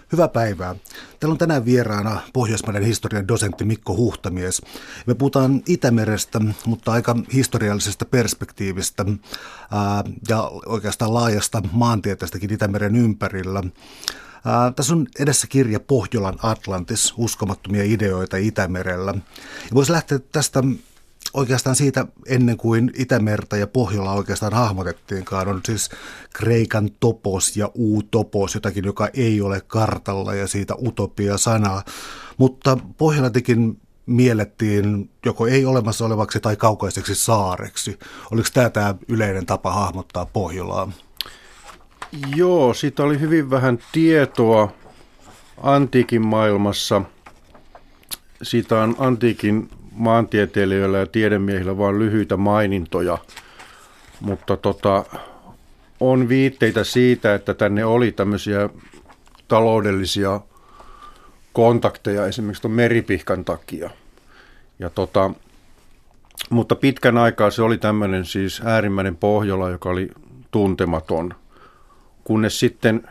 Hyvää päivää. Täällä on tänään vieraana Pohjoismaiden historian dosentti Mikko Huhtamies. Me puhutaan Itämerestä, mutta aika historiallisesta perspektiivistä ja oikeastaan laajasta maantieteestäkin Itämeren ympärillä. Tässä on edessä kirja Pohjolan Atlantis, uskomattomia ideoita Itämerellä. Ja voisi lähteä tästä oikeastaan siitä ennen kuin Itämerta ja Pohjola oikeastaan hahmotettiinkaan. On siis Kreikan topos ja utopos, jotakin joka ei ole kartalla ja siitä utopia-sanaa. Mutta Pohjolatikin miellettiin joko ei olemassa olevaksi tai kaukaiseksi saareksi. Oliko tämä yleinen tapa hahmottaa Pohjolaa? Joo, siitä oli hyvin vähän tietoa antiikin maailmassa. Siitä on antiikin maantieteilijöillä ja tiedemiehillä vain lyhyitä mainintoja, mutta on viitteitä siitä, että tänne oli tämmöisiä taloudellisia kontakteja esimerkiksi tuon meripihkan takia. Ja mutta pitkän aikaa se oli tämmöinen siis äärimmäinen Pohjola, joka oli tuntematon, kunnes sitten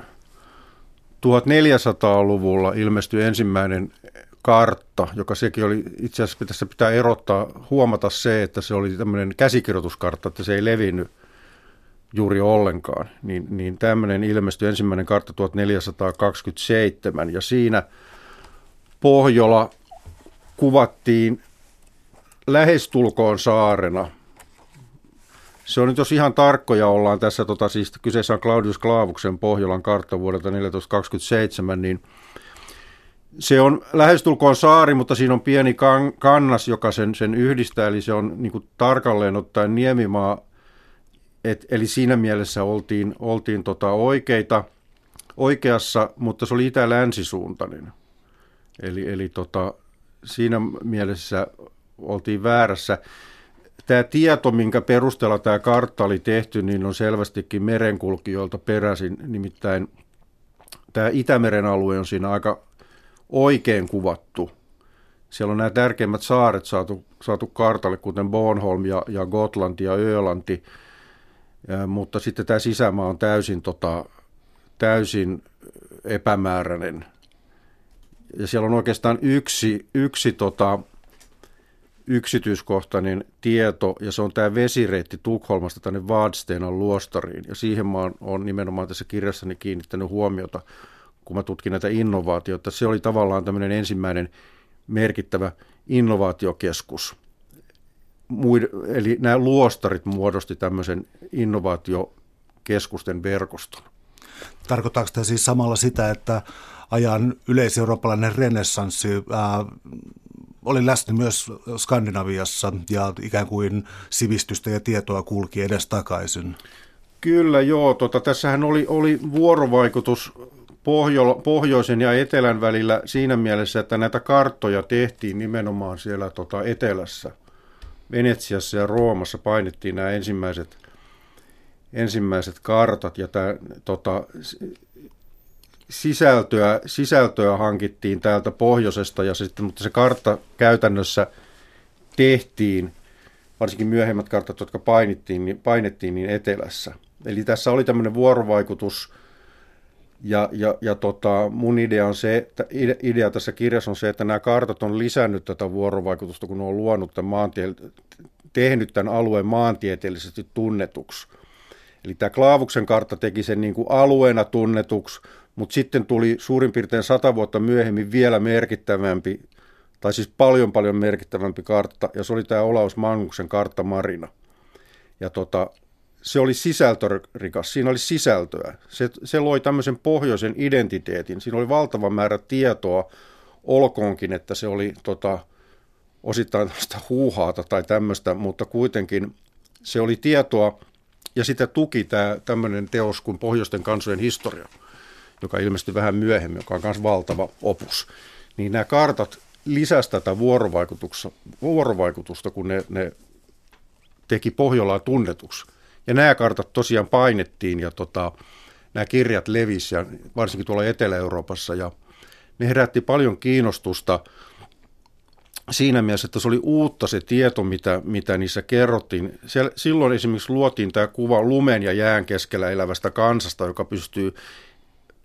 1400-luvulla ilmestyi ensimmäinen kartta, joka sekin oli itse asiassa tässä pitää huomata se, että se oli tämmöinen käsikirjoituskartta, että se ei levinnyt juuri ollenkaan. Niin tämmöinen ilmestyi ensimmäinen kartta 1427 ja siinä Pohjola kuvattiin lähestulkoon saarena. Se on nyt, jos ihan tarkkoja ollaan tässä, siis kyseessä on Claudius Clavuksen Pohjolan kartta vuodelta 1427, niin se on lähestulkoon saari, mutta siinä on pieni kannas, joka sen yhdistää, eli se on niin kuin tarkalleen ottaen niemimaa, eli siinä mielessä oltiin oikeassa, mutta se oli itä-länsisuuntainen. Eli siinä mielessä oltiin väärässä. Tämä tieto, minkä perusteella tämä kartta oli tehty, niin on selvästikin merenkulkijoilta peräisin, nimittäin tämä Itämeren alue on siinä aika oikein kuvattu. Siellä on nämä tärkeimmät saaret saatu kartalle, kuten Bornholm ja Gotlanti ja Ölanti, mutta sitten tämä sisämaa on täysin epämääräinen. Ja siellä on oikeastaan yksi yksityiskohtainen tieto, ja se on tämä vesireitti Tukholmasta tänne Vadstenan luostariin. Ja siihen mä oon nimenomaan tässä kirjassani kiinnittänyt huomiota, kun mä tutkin näitä innovaatioita. Se oli tavallaan tämmöinen ensimmäinen merkittävä innovaatiokeskus. Eli nämä luostarit muodosti tämmöisen innovaatiokeskusten verkoston. Tarkoittaako tämä siis samalla sitä, että ajan yleiseurooppalainen renessanssi oli läsnä myös Skandinaviassa ja ikään kuin sivistystä ja tietoa kulki edestakaisin? Kyllä joo, tässähän oli vuorovaikutus pohjoisen ja etelän välillä siinä mielessä, että näitä karttoja tehtiin nimenomaan siellä etelässä. Venetsiassa ja Roomassa painettiin nämä ensimmäiset kartat ja sisältöä hankittiin täältä pohjoisesta, mutta se kartta käytännössä tehtiin, varsinkin myöhemmät kartat, jotka painettiin niin etelässä. Eli tässä oli tämmöinen vuorovaikutus, ja mun idea tässä kirjassa on se, että nämä kartat on lisännyt tätä vuorovaikutusta, kun ne on luonut tehnyt tämän alueen maantieteellisesti tunnetuksi. Eli tämä Clavuksen kartta teki sen niin kuin alueena tunnetuksi, mutta sitten tuli suurin piirtein 100 vuotta myöhemmin vielä merkittävämpi, tai siis paljon merkittävämpi kartta, ja se oli tämä Olaus Magnuksen kartta Marina. Ja se oli sisältörikas, siinä oli sisältöä. Se loi tämmöisen pohjoisen identiteetin. Siinä oli valtava määrä tietoa, olkoonkin, että se oli osittain tämmöistä huuhaata tai tämmöistä, mutta kuitenkin se oli tietoa, ja sitä tuki tämmöinen teos kuin Pohjoisten kansojen historia, joka ilmestyi vähän myöhemmin, joka on myös valtava opus. Niin nämä kartat lisäsivät tätä vuorovaikutusta, kun ne teki Pohjolaa tunnetuksi. Ja nämä kartat tosiaan painettiin ja nämä kirjat levisi, ja varsinkin tuolla Etelä-Euroopassa, ja ne herätti paljon kiinnostusta siinä mielessä, että se oli uutta se tieto, mitä niissä kerrottiin. Silloin esimerkiksi luotiin tämä kuva lumen ja jään keskellä elävästä kansasta, joka pystyy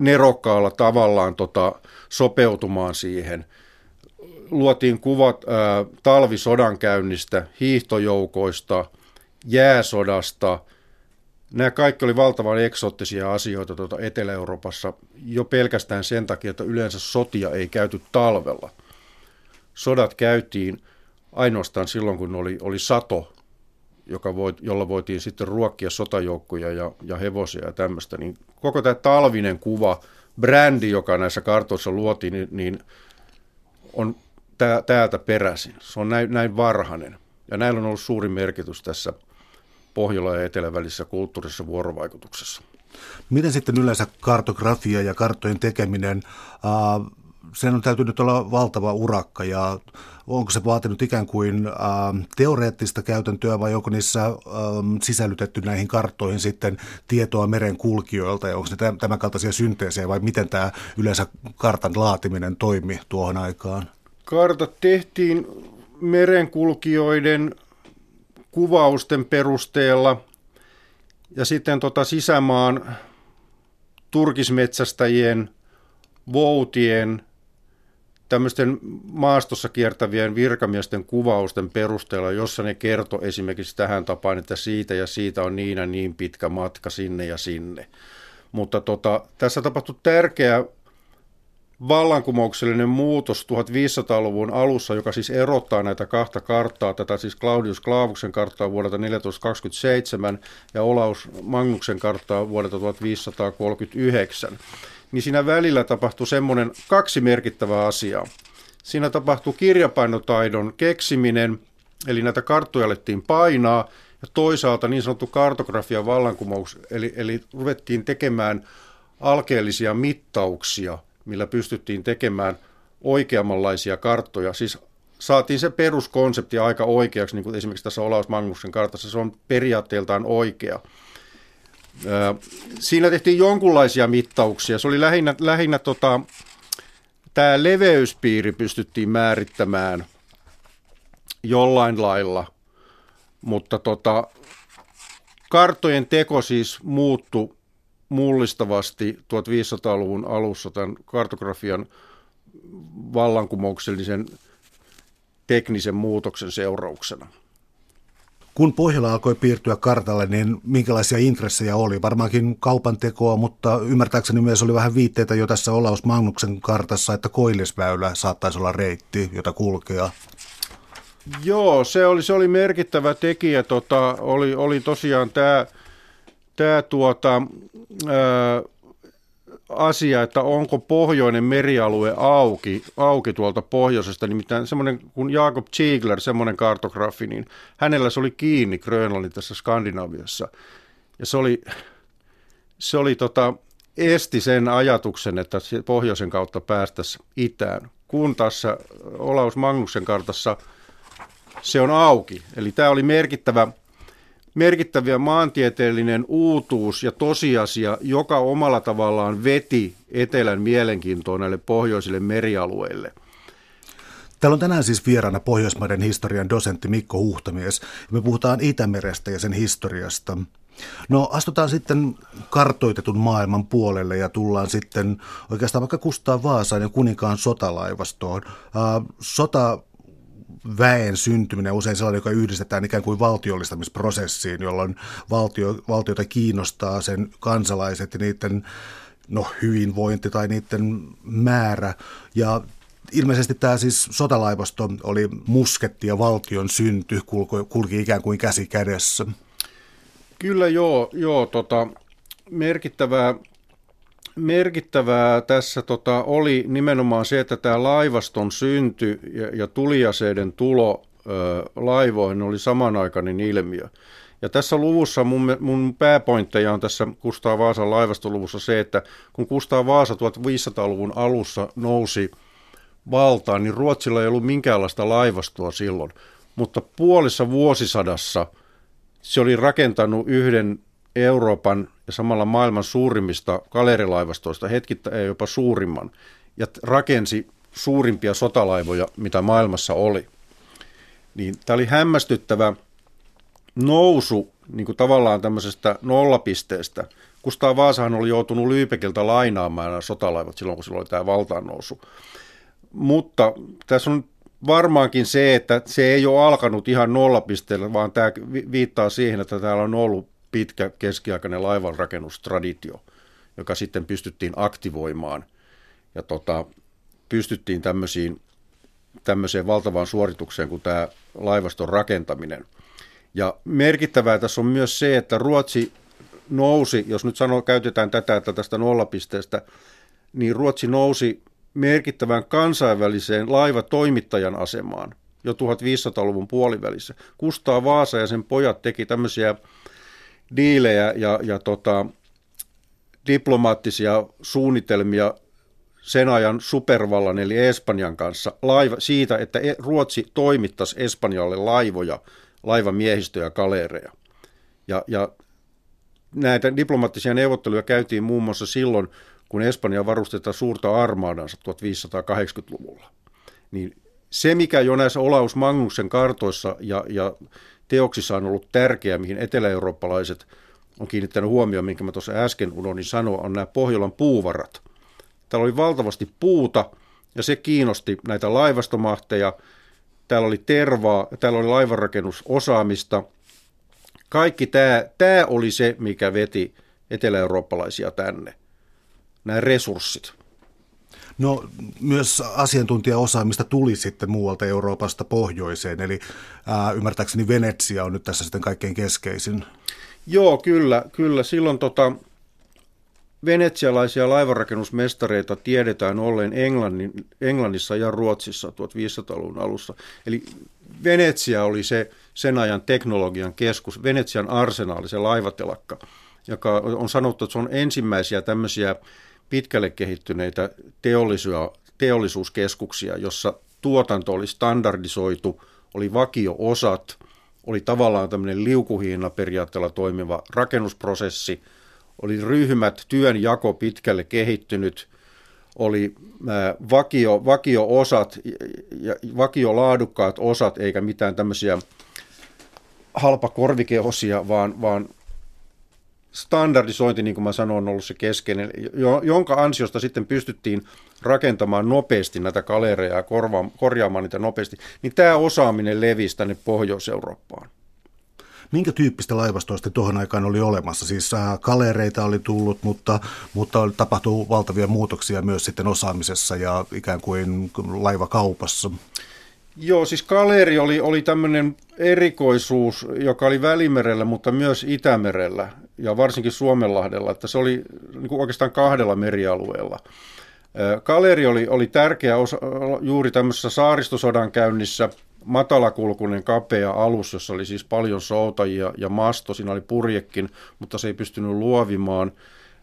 nerokkaalla tavallaan sopeutumaan siihen. Luotiin kuvat talvisodankäynnistä, hiihtojoukoista, jääsodasta. Nämä kaikki oli valtavan eksoottisia asioita Etelä-Euroopassa jo pelkästään sen takia, että yleensä sotia ei käyty talvella. Sodat käytiin ainoastaan silloin, kun oli sato, jolla voitiin sitten ruokkia sotajoukkoja ja hevosia ja tämmöistä. Niin koko tämä talvinen kuva, brändi, joka näissä kartoissa luotiin, niin on täältä peräisin. Se on näin varhainen. Ja näillä on ollut suuri merkitys tässä Pohjola- ja Etelän välisessä kulttuurisessa vuorovaikutuksessa. Miten sitten yleensä kartografia ja karttojen tekeminen, sen on täytynyt olla valtava urakka, ja onko se vaatinut ikään kuin teoreettista käytäntöä vai onko niissä sisällytetty näihin karttoihin sitten tietoa merenkulkijoilta ja onko ne tämän kaltaisia synteesejä vai miten tämä yleensä kartan laatiminen toimi tuohon aikaan? Kartat tehtiin merenkulkijoiden kuvausten perusteella ja sitten sisämaan turkismetsästäjien, voutien, tämmöisten maastossa kiertävien virkamiesten kuvausten perusteella, jossa ne kertoi esimerkiksi tähän tapaan, että siitä ja siitä on niin ja niin pitkä matka sinne ja sinne. Mutta tässä tapahtui tärkeä vallankumouksellinen muutos 1500-luvun alussa, joka siis erottaa näitä kahta karttaa, tätä siis Claudius Clavuksen karttaa vuodelta 1427 ja Olaus Magnuksen karttaa vuodelta 1539. Niin siinä välillä tapahtui kaksi merkittävää asiaa. Siinä tapahtui kirjapainotaidon keksiminen, eli näitä karttoja alettiin painaa, ja toisaalta niin sanottu kartografian vallankumous, eli ruvettiin tekemään alkeellisia mittauksia, millä pystyttiin tekemään oikeammanlaisia karttoja. Siis saatiin se peruskonsepti aika oikeaksi, niin kuin esimerkiksi tässä Olaus Magnuksen kartassa, se on periaatteeltaan oikea. Siinä tehtiin jonkunlaisia mittauksia. Se oli lähinnä tämä leveyspiiri pystyttiin määrittämään jollain lailla, mutta karttojen teko siis muuttui mullistavasti 1500-luvun alussa tämän kartografian vallankumouksellisen teknisen muutoksen seurauksena. Kun Pohjola alkoi piirtyä kartalle, niin minkälaisia intressejä oli? Varmaankin kaupan tekoa, mutta ymmärtääkseni myös oli vähän viitteitä jo tässä Olaus Magnuksen kartassa, että Koillisväylä saattaisi olla reitti, jota kulkea. Joo, se oli merkittävä tekijä. Oli tosiaan tämä asia, että onko pohjoinen merialue auki tuolta pohjoisesta, nimittäin semmoinen kuin Jakob Ziegler, semmoinen kartografi, niin hänellä se oli kiinni Grönlannin tässä Skandinaviassa. Ja se oli esti sen ajatuksen, että pohjoisen kautta päästäisiin itään, kun tässä Olaus Magnuksen kartassa se on auki. Eli tämä oli merkittävä maantieteellinen uutuus ja tosiasia, joka omalla tavallaan veti etelän mielenkiintoa näille pohjoisille merialueille. Täällä on tänään siis vieraana Pohjoismaiden historian dosentti Mikko Huhtamies. Me puhutaan Itämerestä ja sen historiasta. No astutaan sitten kartoitetun maailman puolelle ja tullaan sitten oikeastaan vaikka Kustaa Vaasaan ja Kuninkaan sotalaivastoon. Väen syntyminen usein sellainen, joka yhdistetään ikään kuin valtiollistamisprosessiin, jolloin valtiota kiinnostaa sen kansalaiset ja niiden hyvinvointi tai niiden määrä. Ja ilmeisesti tämä siis sotalaivasto oli musketti ja valtion synty, kulki ikään kuin käsi kädessä. Kyllä joo merkittävää tässä oli nimenomaan se, että tämä laivaston synty ja tuliaseiden tulo laivoihin oli samanaikainen ilmiö. Ja tässä luvussa mun pääpointteja on tässä Kustaa Vaasan laivastoluvussa se, että kun Kustaa Vaasa 1500-luvun alussa nousi valtaan, niin Ruotsilla ei ollut minkäänlaista laivastoa silloin. Mutta puolessa vuosisadassa se oli rakentanut yhden Euroopan ja samalla maailman suurimmista galeerilaivastoista, hetkittäin jopa suurimman, ja rakensi suurimpia sotalaivoja, mitä maailmassa oli. Niin tämä oli hämmästyttävä nousu niin kuin tavallaan tämmöisestä nollapisteestä Kustaa Vaasahan oli joutunut Lübeckiltä lainaamaan nämä sotalaivat silloin, kun silloin oli tämä valtaannousu. Mutta tässä on varmaankin se, että se ei ole alkanut ihan nollapisteellä, vaan tämä viittaa siihen, että täällä on ollut pitkä keskiaikainen laivanrakennustraditio, joka sitten pystyttiin aktivoimaan ja pystyttiin tämmöiseen valtavaan suoritukseen kuin tämä laivaston rakentaminen. Ja merkittävää tässä on myös se, että Ruotsi nousi, jos nyt käytetään tätä, että tästä nollapisteestä, niin Ruotsi nousi merkittävään kansainväliseen laivatoimittajan asemaan jo 1500-luvun puolivälissä. Kustaa Vaasa ja sen pojat teki tämmöisiä diilejä ja diplomaattisia suunnitelmia sen ajan supervallan eli Espanjan kanssa siitä, että Ruotsi toimittaisi Espanjalle laivoja, laivamiehistöjä ja kaleereja. Ja näitä diplomaattisia neuvotteluja käytiin muun muassa silloin, kun Espanja varustetaan suurta armaadansa 1580-luvulla. Niin se, mikä jo näissä Olaus Magnuksen kartoissa ja teoksissa on ollut tärkeää, mihin etelä-eurooppalaiset on kiinnittänyt huomioon, minkä mä tuossa äsken unohdin sanoa, on nämä Pohjolan puuvarat. Täällä oli valtavasti puuta ja se kiinnosti näitä laivastomahteja. Täällä oli tervaa, täällä oli laivanrakennusosaamista. Kaikki tämä oli se, mikä veti etelä-eurooppalaisia tänne. Nämä resurssit. No myös asiantuntijaosaamista tuli sitten muualta Euroopasta pohjoiseen, eli ymmärtääkseni Venetsia on nyt tässä sitten kaikkein keskeisin. Joo, kyllä. Silloin venetsialaisia laivanrakennusmestareita tiedetään olleen Englannissa ja Ruotsissa 1500-luvun alussa. Eli Venetsia oli se sen ajan teknologian keskus, Venetsian arsenaali, se laivatelakka, joka on sanottu, että se on ensimmäisiä tämmöisiä pitkälle kehittyneitä teollisuuskeskuksia, jossa tuotanto oli standardisoitu, oli vakio-osat, oli tavallaan tämmöinen liukuhiina periaatteella toimiva rakennusprosessi, oli ryhmät, työnjako pitkälle kehittynyt, oli vakio-osat ja vakiolaadukkaat osat, eikä mitään tämmöisiä halpakorvikeosia, vaan standardisointi, niin kuin mä sanoin, on ollut se keskeinen, jonka ansiosta sitten pystyttiin rakentamaan nopeasti näitä kaleereja ja korjaamaan niitä nopeasti, niin tämä osaaminen levisi tänne Pohjois-Eurooppaan. Minkä tyyppistä laivastoista tuohon aikaan oli olemassa? Siis kaleereita oli tullut, mutta tapahtuu valtavia muutoksia myös sitten osaamisessa ja ikään kuin laivakaupassa. Joo, siis kaleeri oli tämmöinen erikoisuus, joka oli Välimerellä, mutta myös Itämerellä ja varsinkin Suomenlahdella, että se oli niin kuin oikeastaan kahdella merialueella. Kaleeri oli tärkeä osa juuri tämmöisessä saaristosodan käynnissä, matalakulkuinen kapea alus, jossa oli siis paljon soutajia ja masto, siinä oli purjekin, mutta se ei pystynyt luovimaan,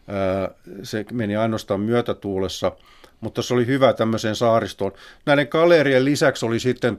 se meni ainoastaan myötätuulessa, mutta se oli hyvä tämmöiseen saaristoon. Näiden kaleerien lisäksi oli sitten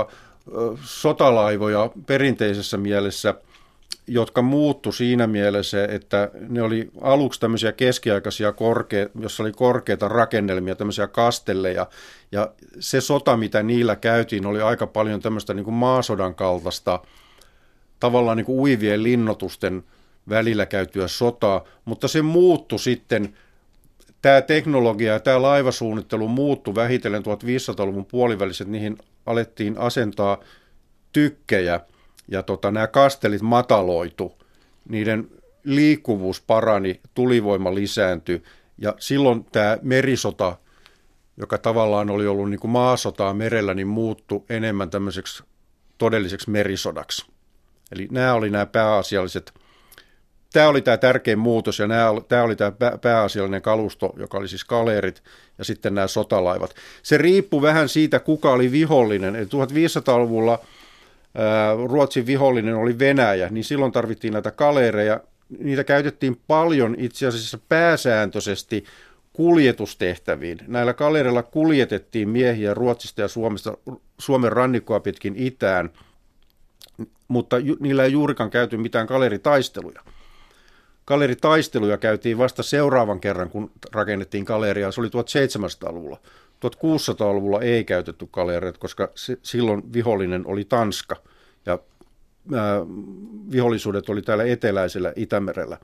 sotalaivoja perinteisessä mielessä, jotka muuttu siinä mielessä, että ne oli aluksi tämmöisiä keskiaikaisia jossa oli korkeita rakennelmia, tämmöisiä kastelleja, ja se sota, mitä niillä käytiin, oli aika paljon tämmöistä niin kuin maasodan kaltaista, tavallaan niin kuin uivien linnoitusten välillä käytyä sotaa, mutta se muuttui sitten, tämä teknologia ja tämä laivasuunnittelu muuttui vähitellen 1500-luvun puoliväliset, niihin alettiin asentaa tykkejä, ja nämä kastelit mataloitu, niiden liikkuvuus parani, tulivoima lisääntyi, ja silloin tämä merisota, joka tavallaan oli ollut niin kuin maasotaa merellä, niin muuttui enemmän tämmöiseksi todelliseksi merisodaksi. Eli nämä oli nämä pääasialliset, tämä oli tämä tärkein muutos, ja tämä oli tämä pääasiallinen kalusto, joka oli siis kaleerit, ja sitten nämä sotalaivat. Se riippui vähän siitä, kuka oli vihollinen, eli 1500-luvulla Ruotsin vihollinen oli Venäjä, niin silloin tarvittiin näitä kaleereja. Niitä käytettiin paljon itse asiassa pääsääntöisesti kuljetustehtäviin. Näillä kaleereilla kuljetettiin miehiä Ruotsista ja Suomen rannikkoa pitkin itään, mutta niillä ei juurikaan käyty mitään kaleeritaisteluja. Kaleeritaisteluja käytiin vasta seuraavan kerran, kun rakennettiin kaleeria. Se oli 1700-luvulla. 1600-luvulla ei käytetty kaleereita, koska silloin vihollinen oli Tanska ja vihollisuudet oli täällä eteläisellä Itämerellä.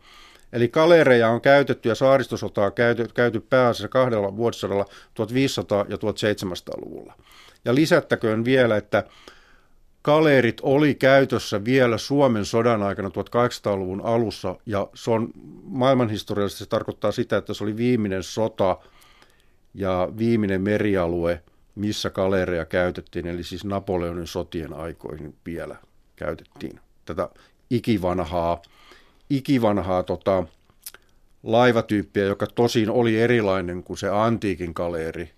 Eli kaleereja on käytetty ja saaristosotaa käyty pääasiassa 2 vuosisadalla 1500- ja 1700-luvulla. Ja lisättäköön vielä, että kaleerit oli käytössä vielä Suomen sodan aikana 1800-luvun alussa, ja se on maailmanhistoriallisesti se tarkoittaa sitä, että se oli viimeinen sota ja viimeinen merialue, missä kaleereja käytettiin, eli siis Napoleonin sotien aikoihin vielä käytettiin tätä ikivanhaa laivatyyppiä, joka tosin oli erilainen kuin se antiikin kaleeri.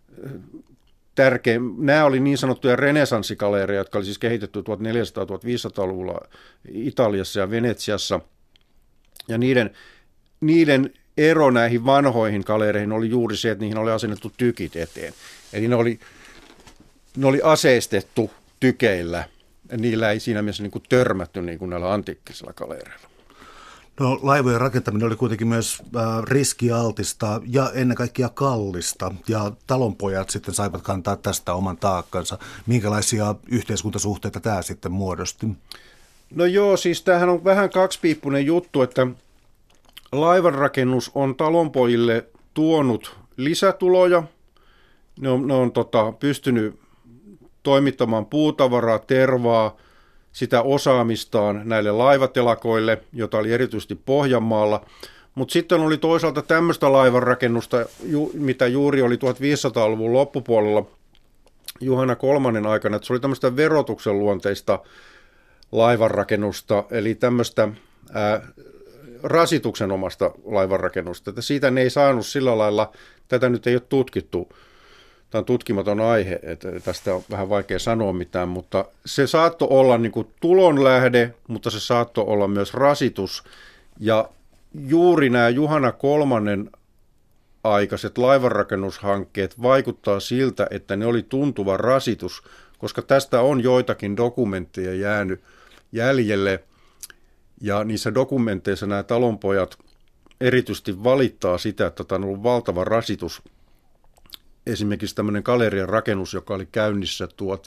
Nämä oli niin sanottuja renessanssikaleereja, jotka oli siis kehitetty 1400-1500-luvulla Italiassa ja Venetsiassa. Ja niiden ero näihin vanhoihin kaleereihin oli juuri se, että niihin oli asennettu tykit eteen. Eli ne oli aseistettu tykeillä. Niillä ei siinä mielessä niin kuin törmätty niin kuin näillä antiikkisilla kaleereilla. No, laivojen rakentaminen oli kuitenkin myös riskialtista ja ennen kaikkea kallista, ja talonpojat sitten saivat kantaa tästä oman taakkansa. Minkälaisia yhteiskuntasuhteita tämä sitten muodosti? No joo, siis tämähän on vähän kaksipiippunen juttu, että laivanrakennus on talonpojille tuonut lisätuloja. Ne on pystynyt toimittamaan puutavaraa, tervaa, sitä osaamistaan näille laivatelakoille, jota oli erityisesti Pohjanmaalla. Mutta sitten oli toisaalta tämmöistä laivanrakennusta, mitä juuri oli 1500-luvun loppupuolella Juhana III aikana, että se oli tämmöistä verotuksen luonteista laivanrakennusta, eli tämmöistä rasituksen omasta laivanrakennusta. Että siitä ne ei saanut sillä lailla, tätä nyt ei ole tutkittu. Tämä on tutkimaton aihe, että tästä on vähän vaikea sanoa mitään, mutta se saattoi olla niin kuin tulonlähde, mutta se saattoi olla myös rasitus. Ja juuri nämä Juhana III aikaiset laivanrakennushankkeet vaikuttaa siltä, että ne oli tuntuva rasitus, koska tästä on joitakin dokumentteja jäänyt jäljelle. Ja niissä dokumenteissa nämä talonpojat erityisesti valittaa sitä, että tämä on ollut valtava rasitus. Esimerkiksi tämmöinen galerian rakennus, joka oli käynnissä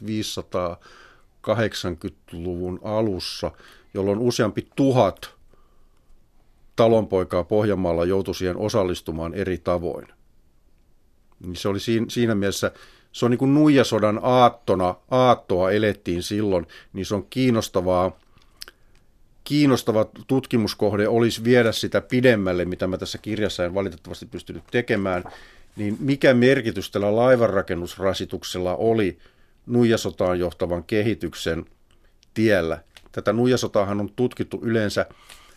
1580-luvun alussa, jolloin useampi 1000 talonpoikaa Pohjanmaalla joutui siihen osallistumaan eri tavoin. Niin se oli siinä mielessä, se on niin kuin nuijasodan aattoa elettiin silloin, niin se on kiinnostava tutkimuskohde olisi viedä sitä pidemmälle, mitä mä tässä kirjassa en valitettavasti pystynyt tekemään, niin mikä merkitys tällä laivanrakennusrasituksella oli nuijasotaan johtavan kehityksen tiellä. Tätä nuijasotaahan on tutkittu yleensä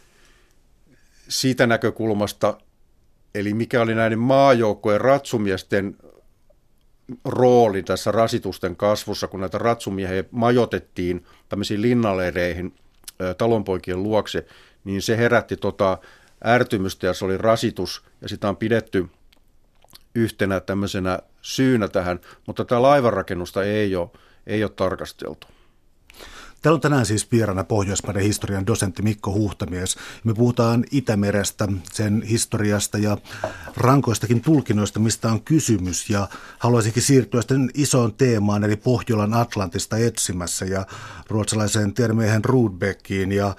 siitä näkökulmasta, eli mikä oli näiden maajoukkojen ratsumiesten rooli tässä rasitusten kasvussa, kun näitä ratsumiehiä majoitettiin tämmöisiin linnaleireihin talonpoikien luokse, niin se herätti ärtymystä ja se oli rasitus ja sitä on pidetty yhtenä tämmöisenä syynä tähän, mutta tämä laivanrakennusta ei ole tarkasteltu. Täällä on tänään siis vieraana Pohjoismaiden historian dosentti Mikko Huhtamies. Me puhutaan Itämerestä, sen historiasta ja rankoistakin tulkinnoista, mistä on kysymys. Ja haluaisinkin siirtyä sitten isoon teemaan, eli Pohjolan Atlantista etsimässä ja ruotsalaiseen tiedemiehen Rudbeckiin ja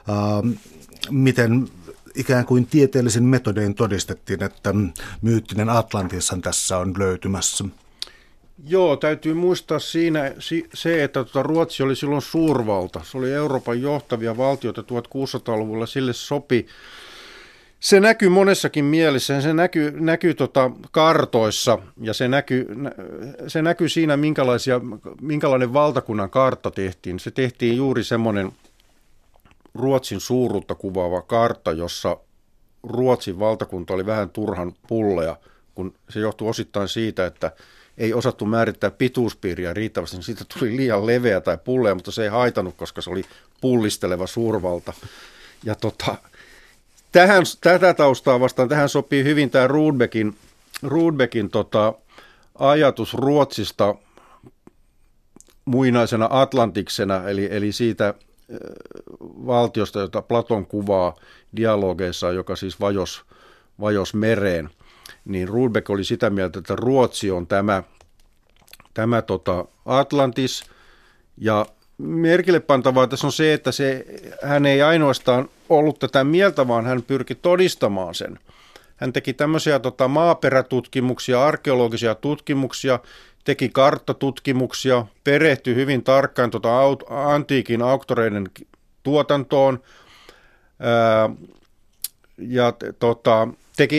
miten ikään kuin tieteellisin metodein todistettiin, että myyttinen Atlantishan tässä on löytymässä. Joo, täytyy muistaa siinä se, että Ruotsi oli silloin suurvalta. Se oli Euroopan johtavia valtioita 1600-luvulla, sille sopi. Se näkyy monessakin mielessä, se näkyy kartoissa ja se näkyy siinä, minkälainen valtakunnan kartta tehtiin. Se tehtiin juuri semmoinen Ruotsin suuruutta kuvaava kartta, jossa Ruotsin valtakunta oli vähän turhan pullea, kun se johtui osittain siitä, että ei osattu määrittää pituuspiiriä riittävästi, niin siitä tuli liian leveä tai pullea, mutta se ei haitanut, koska se oli pullisteleva suurvalta. Ja tätä taustaa vastaan, tähän sopii hyvin tämä Rudbeckin ajatus Ruotsista muinaisena Atlantiksena, eli siitä valtiosta, jota Platon kuvaa dialogeissa, joka siis vajos mereen. Niin Rudbeck oli sitä mieltä, että Ruotsi on tämä Atlantis, ja merkille pantavaa tässä on se, että hän ei ainoastaan ollut tätä mieltä, vaan hän pyrki todistamaan sen. Hän teki tämmöisiä maaperätutkimuksia, arkeologisia tutkimuksia, teki karttatutkimuksia, perehtyi hyvin tarkkaan antiikin auktoreiden tuotantoon ja teki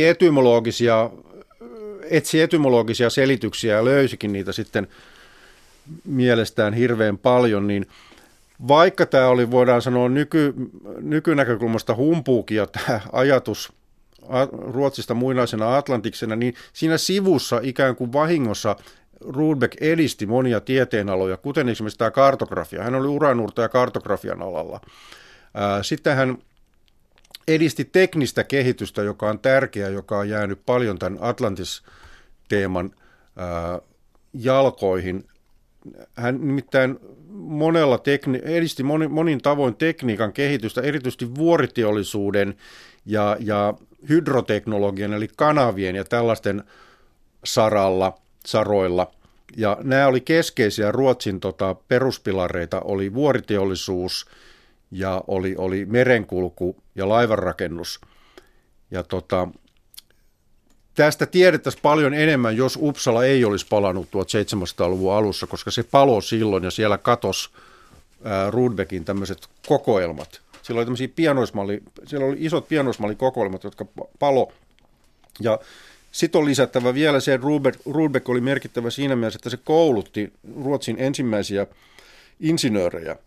etsi etymologisia selityksiä ja löysikin niitä sitten mielestään hirveän paljon, niin vaikka tämä oli, voidaan sanoa, nykynäkökulmasta humpuukia tämä ajatus Ruotsista muinaisena Atlantiksena, niin siinä sivussa ikään kuin vahingossa Rudbeck edisti monia tieteenaloja, kuten esimerkiksi tämä kartografia. Hän oli uranuurtaja kartografian alalla. Sitten hän edisti teknistä kehitystä, joka on tärkeää, joka on jäänyt paljon tämän Atlantis-teeman jalkoihin. Hän nimittäin edisti monin tavoin tekniikan kehitystä, erityisesti vuoriteollisuuden ja hydroteknologian, eli kanavien ja tällaisten saroilla. Ja nämä oli keskeisiä Ruotsin peruspilareita, oli vuoriteollisuus ja oli merenkulku ja laivanrakennus. Ja tästä tiedettäisiin paljon enemmän, jos Uppsala ei olisi palannut 1700-luvun alussa, koska se paloi silloin ja siellä katosi Rudbeckin tämmöiset kokoelmat. Siellä oli isot pienoismallikokoelmat, jotka palo. Ja sitten on lisättävä vielä se, että Rudbeck oli merkittävä siinä mielessä, että se koulutti Ruotsin ensimmäisiä insinöörejä,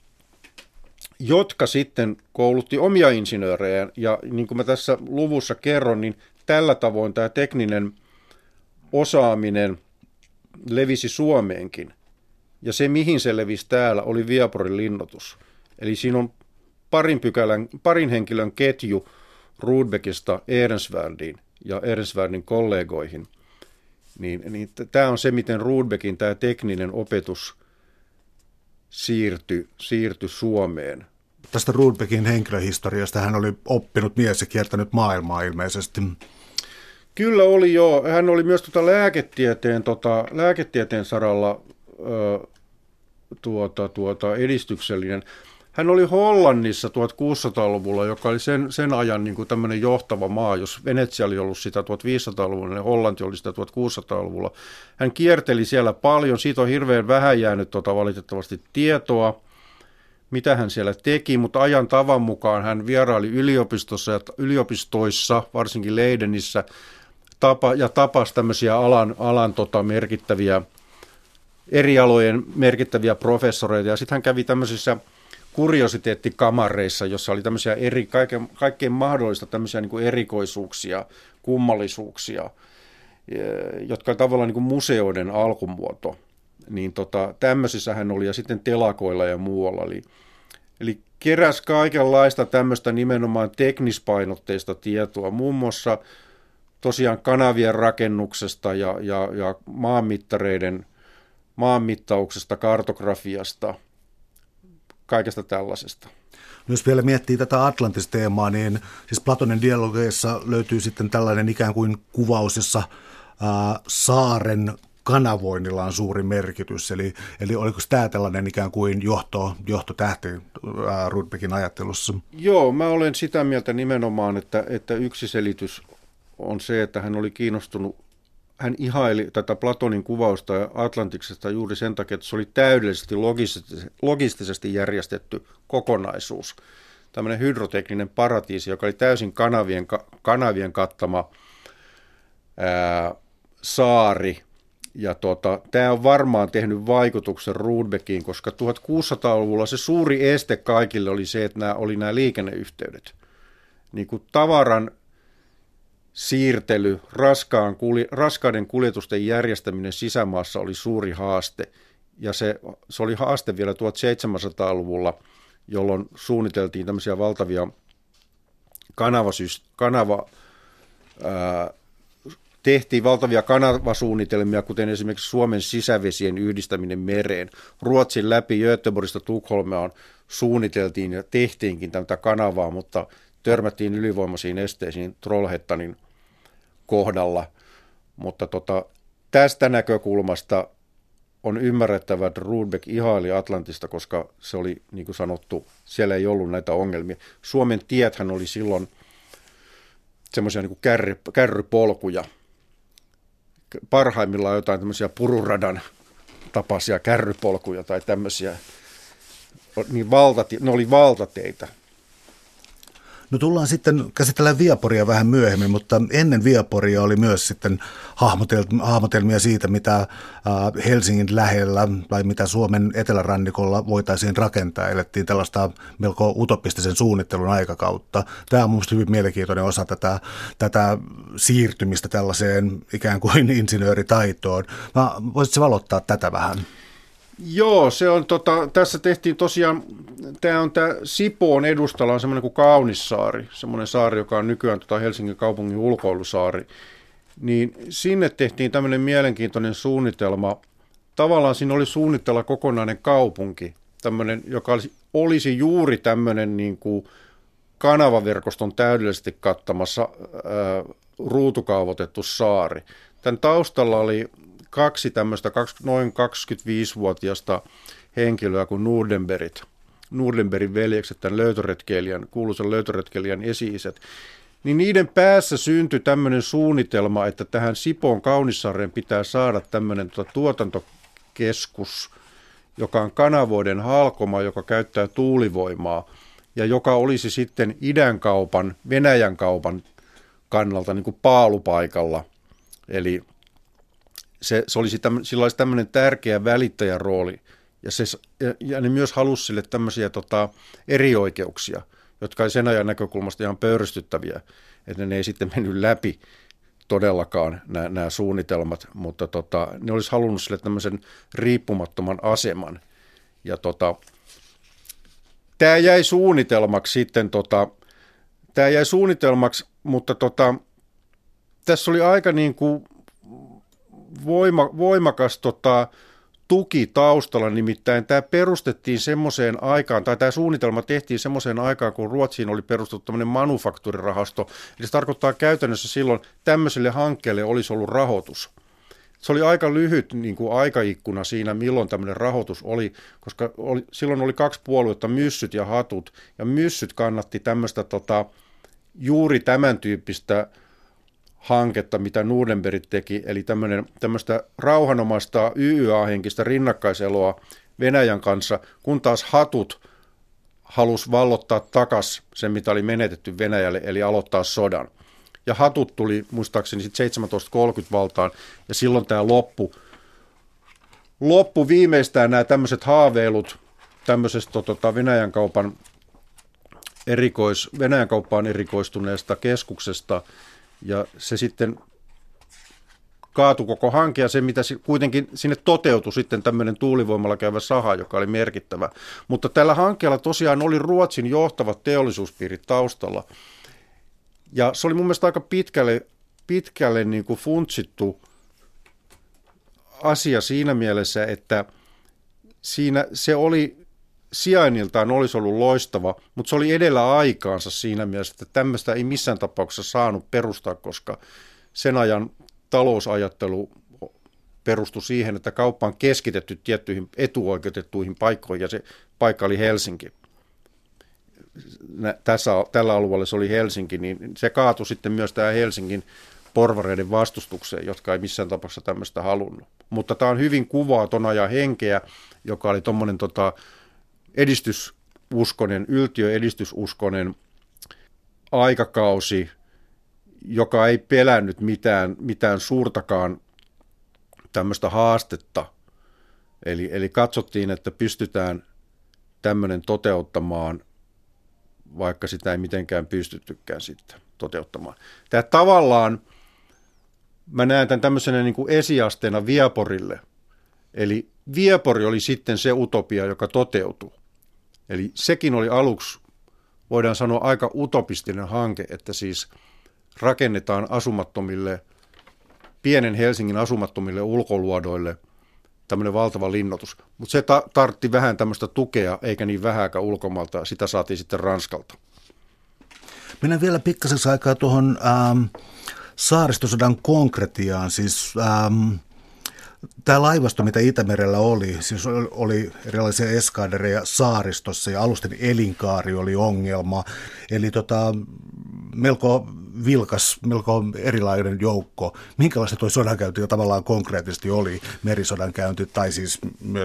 jotka sitten koulutti omia insinöörejä. Ja niin kuin mä tässä luvussa kerron, niin tällä tavoin tämä tekninen osaaminen levisi Suomeenkin. Ja se, mihin se levisi täällä, oli Viaporin linnoitus. Eli siinä on parin henkilön ketju Rudbeckista Ehrensvärdiin ja Ehrensvärdin kollegoihin. Niin tämä on se, miten Rudbeckin tämä tekninen opetus siirtyi Suomeen. Tästä Rudbeckin henkilöhistoriasta hän oli oppinut mies ja kiertänyt maailmaa ilmeisesti. Kyllä oli joo. Hän oli myös lääketieteen saralla edistyksellinen. Hän oli Hollannissa 1600-luvulla, joka oli sen ajan niin kuin tämmöinen johtava maa. Jos Venetsia oli ollut sitä 1500-luvulla, niin Hollanti oli sitä 1600-luvulla. Hän kierteli siellä paljon. Siitä on hirveän vähän jäänyt valitettavasti tietoa, mitä hän siellä teki, mutta ajan tavan mukaan hän vieraili yliopistoissa, varsinkin Leidenissä, ja tapasi tämmöisiä alan merkittäviä, eri alojen merkittäviä professoreita, ja sitten hän kävi tämmöisissä kuriositeettikamareissa, jossa oli tämmöisiä kaikkein mahdollista tämmöisiä niin kuin erikoisuuksia, kummallisuuksia, jotka on tavallaan niin kuin museoiden alkumuoto. Niin tämmöisissä hän oli, ja sitten telakoilla ja muualla. Eli keräsi kaikenlaista tämmöistä nimenomaan teknispainotteista tietoa, muun muassa tosiaan kanavien rakennuksesta ja maanmittauksesta, kartografiasta, kaikesta tällaisesta. Jos vielä miettii tätä Atlantis-teemaa, niin siis Platonin dialogeissa löytyy sitten tällainen ikään kuin kuvaus, jossa saaren kanavoinnilla on suuri merkitys. Eli oliko tämä tällainen ikään kuin johtotähti Rudbeckin ajattelussa? Joo, mä olen sitä mieltä nimenomaan, että yksi selitys on se, että hän oli kiinnostunut, hän ihaili tätä Platonin kuvausta Atlantiksesta juuri sen takia, että se oli täydellisesti logistisesti järjestetty kokonaisuus. Tämmöinen hydrotekninen paratiisi, joka oli täysin kanavien kattama saari. Ja tämä on varmaan tehnyt vaikutuksen Rudbeckiin, koska 1600-luvulla se suuri este kaikille oli se, että oli nämä liikenneyhteydet. Niin kuin tavaran siirtely, raskaiden kuljetusten järjestäminen sisämaassa oli suuri haaste. Ja se oli haaste vielä 1700-luvulla, jolloin suunniteltiin tämmöisiä valtavia tehtiin valtavia kanavasuunnitelmia, kuten esimerkiksi Suomen sisävesien yhdistäminen mereen. Ruotsin läpi Göteborgista Tukholmaan suunniteltiin ja tehtiinkin tätä kanavaa, mutta törmättiin ylivoimaisiin esteisiin on ymmärrettävä, että Rudbeck ihaili Atlantista, koska se oli, niin kuin sanottu, siellä ei ollut näitä ongelmia. Suomen tiethän oli silloin semmoisia niin kuin kärrypolkuja. Parhaimmillaan jotain tämmöisiä pururadan tapaisia kärrypolkuja tai tämmöisiä. Niin ne oli valtateitä. No tullaan sitten käsitellään Viaporia vähän myöhemmin, mutta ennen Viaporia oli myös sitten hahmotelmia siitä, mitä Helsingin lähellä tai mitä Suomen etelärannikolla voitaisiin rakentaa. Elettiin tällaista melko utopistisen suunnittelun aikakautta. Tämä on minusta hyvin mielenkiintoinen osa tätä siirtymistä tällaiseen ikään kuin insinööritaitoon. Voisitko valottaa tätä vähän? Joo, se on tässä tehtiin tosiaan, tämä Sipoon edustalla on semmoinen kuin Kaunissaari, semmoinen saari, joka on nykyään Helsingin kaupungin ulkoilusaari, niin sinne tehtiin tämmöinen mielenkiintoinen suunnitelma. Tavallaan siinä oli suunnitella kokonainen kaupunki, tämmöinen, joka olisi juuri tämmöinen niin kuin kanavaverkoston täydellisesti kattamassa ruutukaavoitettu saari. Tämän taustalla oli kaksi tämmöistä noin 25-vuotiaista henkilöä kuin Nordenbergin veljekset, tämän kuuluisan löytöretkeilijän esi-isät, niin niiden päässä syntyi tämmöinen suunnitelma, että tähän Sipoon Kaunissaareen pitää saada tämmöinen tuotantokeskus, joka on kanavoiden halkoma, joka käyttää tuulivoimaa ja joka olisi sitten idän kaupan, Venäjän kaupan kannalta niin kuin paalupaikalla, eli sillä olisi tämmöinen tärkeä välittäjärooli, ja ne myös halusi sille tämmöisiä erioikeuksia, jotka ei sen ajan näkökulmasta ihan pöyristyttäviä, että ne ei sitten mennyt läpi todellakaan nämä suunnitelmat, mutta ne olisi halunnut sille tämmöisen riippumattoman aseman. Ja tämä jäi suunnitelmaksi sitten, mutta tässä oli aika niin kuin voimakas tuki taustalla, nimittäin tämä perustettiin semmoiseen aikaan, tai tämä suunnitelma tehtiin semmoiseen aikaan, kun Ruotsiin oli perustettu tämmöinen manufaktuurirahasto, eli se tarkoittaa käytännössä silloin tämmöiselle hankkeelle olisi ollut rahoitus. Se oli aika lyhyt niin kuin aikaikkuna siinä, milloin tämmöinen rahoitus oli, koska silloin oli kaksi puoluetta, myssyt ja hatut, ja myssyt kannatti tämmöistä juuri tämän tyyppistä hanketta, mitä Nordenberg teki, eli tämmöistä rauhanomaista YYA-henkistä rinnakkaiseloa Venäjän kanssa, kun taas hatut halusi vallottaa takaisin sen, mitä oli menetetty Venäjälle, eli aloittaa sodan. Ja hatut tuli muistaakseni sitten 1730 valtaan, ja silloin tämä loppu viimeistään nämä tämmöiset haaveilut tämmöisestä Venäjän kauppaan erikoistuneesta keskuksesta, ja se sitten kaatui koko hanke, ja se, mitä kuitenkin sinne toteutui sitten tämmöinen tuulivoimalla käyvä saha, joka oli merkittävä. Mutta tällä hankkeella tosiaan oli Ruotsin johtavat teollisuuspiirit taustalla. Ja se oli mun mielestä aika pitkälle niin kuin funtsittu asia siinä mielessä, että siinä se oli sijainniltaan olisi ollut loistava, mutta se oli edellä aikaansa siinä mielessä, että tämmöistä ei missään tapauksessa saanut perustaa, koska sen ajan talousajattelu perustui siihen, että kauppa on keskitetty tiettyihin etuoikeutettuihin paikkoihin, ja se paikka oli Helsinki. Tällä alueella se oli Helsinki, niin se kaatui sitten myös tähän Helsingin porvareiden vastustukseen, jotka ei missään tapauksessa tämmöistä halunnut. Mutta tämä on hyvin kuvaa ton ajan henkeä, joka oli tuommoinen yltiöedistysuskonen aikakausi, joka ei pelännyt mitään suurtakaan tämmöistä haastetta. Eli katsottiin, että pystytään tämmöinen toteuttamaan, vaikka sitä ei mitenkään pystyttykään sitten toteuttamaan. Tämä tavallaan, mä näen tämän tämmöisenä niin kuin esiasteena Viaporille. Eli Viapori oli sitten se utopia, joka toteutui. Eli sekin oli aluksi, voidaan sanoa, aika utopistinen hanke, että siis rakennetaan pienen Helsingin asumattomille ulkoluodoille tämmöinen valtava linnoitus. Mutta se tartti vähän tämmöistä tukea, eikä niin vähääkään ulkomailta, sitä saatiin sitten Ranskalta. Mennään vielä pikkaseksi aikaa tuohon saaristosodan konkretiaan, siis Tämä laivasto, mitä Itämerellä oli, siis oli erilaisia eskaadereja saaristossa ja alusten elinkaari oli ongelma. Eli melko vilkas, melko erilainen joukko. Minkälaista tuo sodankäynti jo tavallaan konkreettisesti oli, merisodankäynti tai siis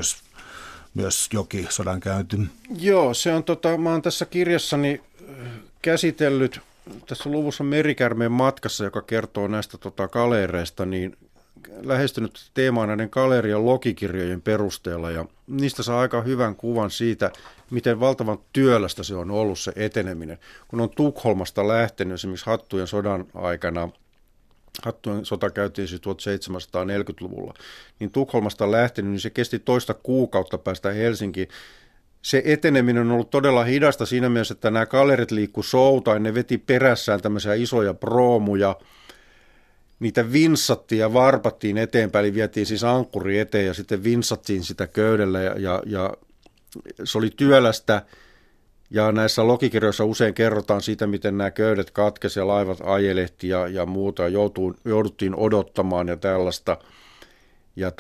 myös jokisodankäynti? Joo, se on mä oon tässä kirjassani käsitellyt, tässä luvussa Merikärmeen matkassa, joka kertoo näistä kaleereista, niin lähestynyt teemaa näiden galeerian logikirjojen perusteella ja niistä saa aika hyvän kuvan siitä, miten valtavan työlästä se on ollut se eteneminen. Kun on Tukholmasta lähtenyt esimerkiksi Hattujen sodan aikana, Hattujen sota käytiin siis 1740-luvulla, niin Tukholmasta lähtenyt, niin se kesti toista kuukautta päästä Helsinkiin. Se eteneminen on ollut todella hidasta siinä mielessä, että nämä galeerit liikkuu soutain, ne veti perässään tämmöisiä isoja proomuja, niitä vinssattiin ja varpattiin eteenpäin, eli vietiin siis ankkuri eteen ja sitten vinssattiin sitä köydellä ja se oli työlästä. Ja näissä logikirjoissa usein kerrotaan siitä, miten nämä köydet katkesi ja laivat ajelehti ja muuta ja jouduttiin odottamaan ja tällaista. Ja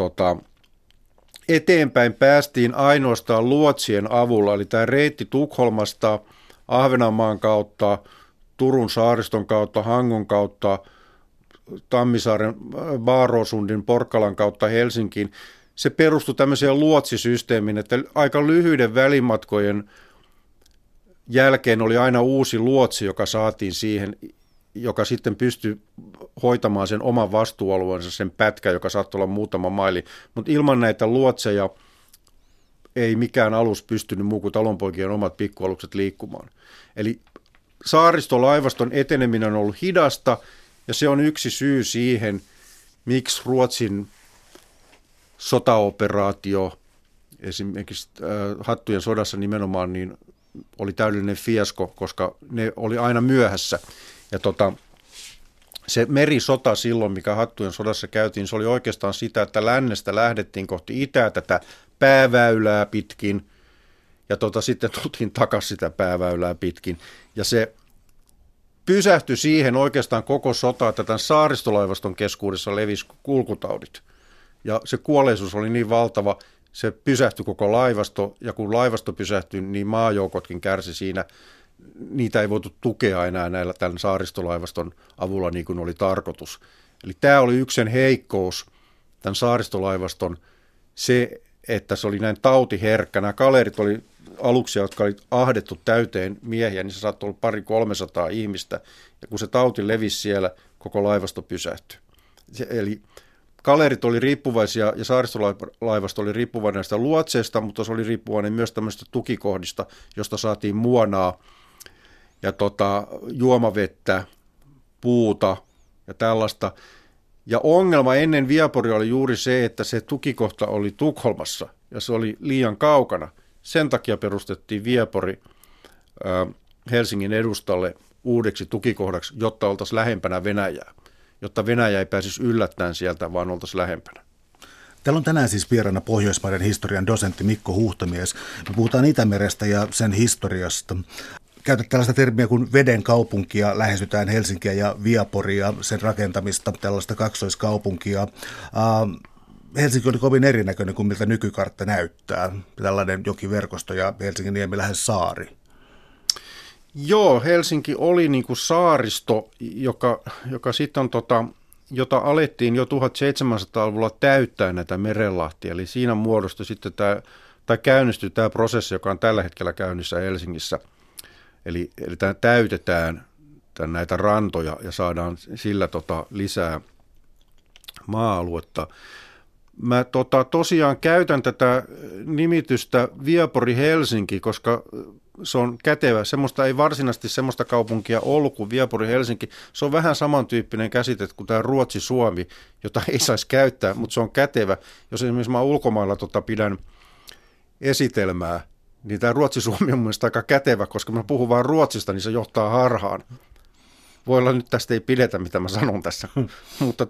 eteenpäin päästiin ainoastaan luotsien avulla, eli tämä reitti Tukholmasta Ahvenanmaan kautta, Turun saariston kautta, Hangon kautta, Tammisaaren, Baarosundin, Porkkalan kautta Helsinkiin. Se perustui tämmöiseen luotsisysteemiin, että aika lyhyiden välimatkojen jälkeen oli aina uusi luotsi, joka saatiin siihen, joka sitten pystyi hoitamaan sen oman vastuualueensa, sen pätkän, joka saattoi olla muutama maili. Mutta ilman näitä luotseja ei mikään alus pystynyt muu kuin talonpoikien omat pikkualukset liikkumaan. Eli saaristolaivaston eteneminen on ollut hidasta, ja se on yksi syy siihen, miksi Ruotsin sotaoperaatio, esimerkiksi Hattujen sodassa nimenomaan, niin oli täydellinen fiasko, koska ne oli aina myöhässä. Ja se merisota silloin, mikä Hattujen sodassa käytiin, se oli oikeastaan sitä, että lännestä lähdettiin kohti itää tätä pääväylää pitkin, ja sitten tultiin takaisin sitä pääväylää pitkin. Ja se pysähtyi siihen oikeastaan koko sota, että tämän saaristolaivaston keskuudessa levisi kulkutaudit. Ja se kuolleisuus oli niin valtava, se pysähtyi koko laivasto, ja kun laivasto pysähtyi, niin maajoukotkin kärsi siinä. Niitä ei voitu tukea enää tämän saaristolaivaston avulla niin kuin oli tarkoitus. Eli tämä oli yksi sen heikkous, tämän saaristolaivaston, se, että se oli näin tautiherkkä. Nämä galeerit oli aluksia, jotka oli ahdettu täyteen miehiä, niin se saattoi olla 200-300 ihmistä, ja kun se tauti levisi siellä, koko laivasto pysähtyi. Eli galeerit oli riippuvaisia ja saaristolaivasto oli riippuvainen näistä luotseista, mutta se oli riippuvainen myös tämmöistä tukikohdista, josta saatiin muonaa ja juomavettä, puuta ja tällaista. Ja ongelma ennen Viaporia oli juuri se, että se tukikohta oli Tukholmassa ja se oli liian kaukana. Sen takia perustettiin Viapori Helsingin edustalle uudeksi tukikohdaksi, jotta oltaisiin lähempänä Venäjää, jotta Venäjä ei pääsisi yllättäen sieltä, vaan oltaisiin lähempänä. Täällä on tänään siis vieraana Pohjoismaiden historian dosentti Mikko Huhtamies. Me puhutaan Itämerestä ja sen historiasta. Käytät tällaista termiä kuin veden kaupunkia, lähestytään Helsinkiä ja Viaporia, sen rakentamista, tällaista kaksoiskaupunkia. Helsinki oli kovin erinäköinen kuin miltä nykykartta näyttää. Tällainen jokiverkosto ja Helsingin niemi lähes saari. Joo, Helsinki oli niin kuin saaristo, joka sitten jota alettiin jo 1700-luvulla täyttää näitä merenlahtia. Eli siinä muodostui sitten käynnistyi tämä prosessi, joka on tällä hetkellä käynnissä Helsingissä. Eli tämä täytetään näitä rantoja ja saadaan sillä lisää maa-aluetta. Mä tosiaan käytän tätä nimitystä Viapori Helsinki, koska se on kätevä. Semmoista ei varsinaisesti semmoista kaupunkia ollut kuin Viapori Helsinki. Se on vähän samantyyppinen käsite kuin tämä Ruotsi-Suomi, jota ei saisi käyttää, mutta se on kätevä. Jos esimerkiksi mä ulkomailla pidän esitelmää, niin tämä Ruotsi-Suomi on mielestäni aika kätevä, koska mä puhun vaan Ruotsista, niin se johtaa harhaan. Voi olla nyt tästä ei pidetä, mitä mä sanon tässä, mutta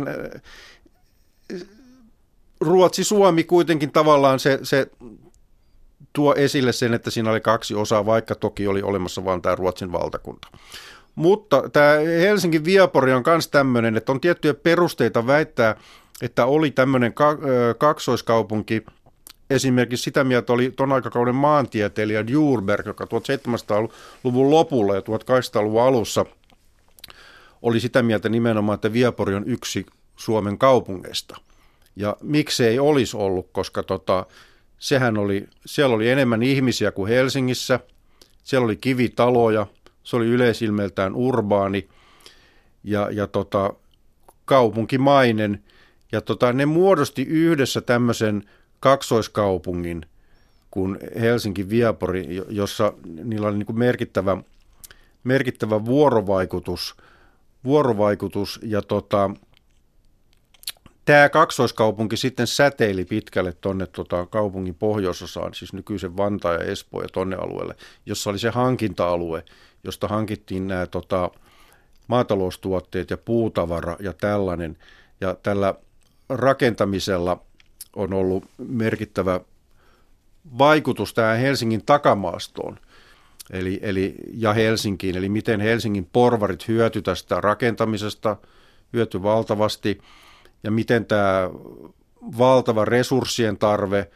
Ruotsi-Suomi kuitenkin tavallaan se tuo esille sen, että siinä oli kaksi osaa, vaikka toki oli olemassa vain tämä Ruotsin valtakunta. Mutta tämä Helsingin Viapori on myös tämmöinen, että on tiettyjä perusteita väittää, että oli tämmöinen kaksoiskaupunki. Esimerkiksi sitä mieltä oli ton aikakauden maantieteilijä Djurberg, joka 1700-luvun lopulla ja 1800-luvun alussa oli sitä mieltä nimenomaan, että Viipuri on yksi Suomen kaupungeista. Ja miksei olisi ollut, koska siellä oli enemmän ihmisiä kuin Helsingissä, siellä oli kivitaloja, se oli yleisilmeeltään urbaani ja kaupunkimainen. Ja ne muodosti yhdessä tämmöisen kaksoiskaupungin kuin Helsinki-Viipuri, jossa niillä oli niin kuin merkittävä vuorovaikutus ja tämä kaksoiskaupunki sitten säteili pitkälle tuonne kaupungin pohjoisosaan, siis nykyisen Vantaa ja Espoo ja tonne alueelle, jossa oli se hankinta-alue, josta hankittiin nämä maataloustuotteet ja puutavara ja tällainen. Ja tällä rakentamisella on ollut merkittävä vaikutus tähän Helsingin takamaastoon ja Helsinkiin, eli miten Helsingin porvarit hyöty tästä rakentamisesta, hyöty valtavasti, ja miten tämä valtava resurssien tarve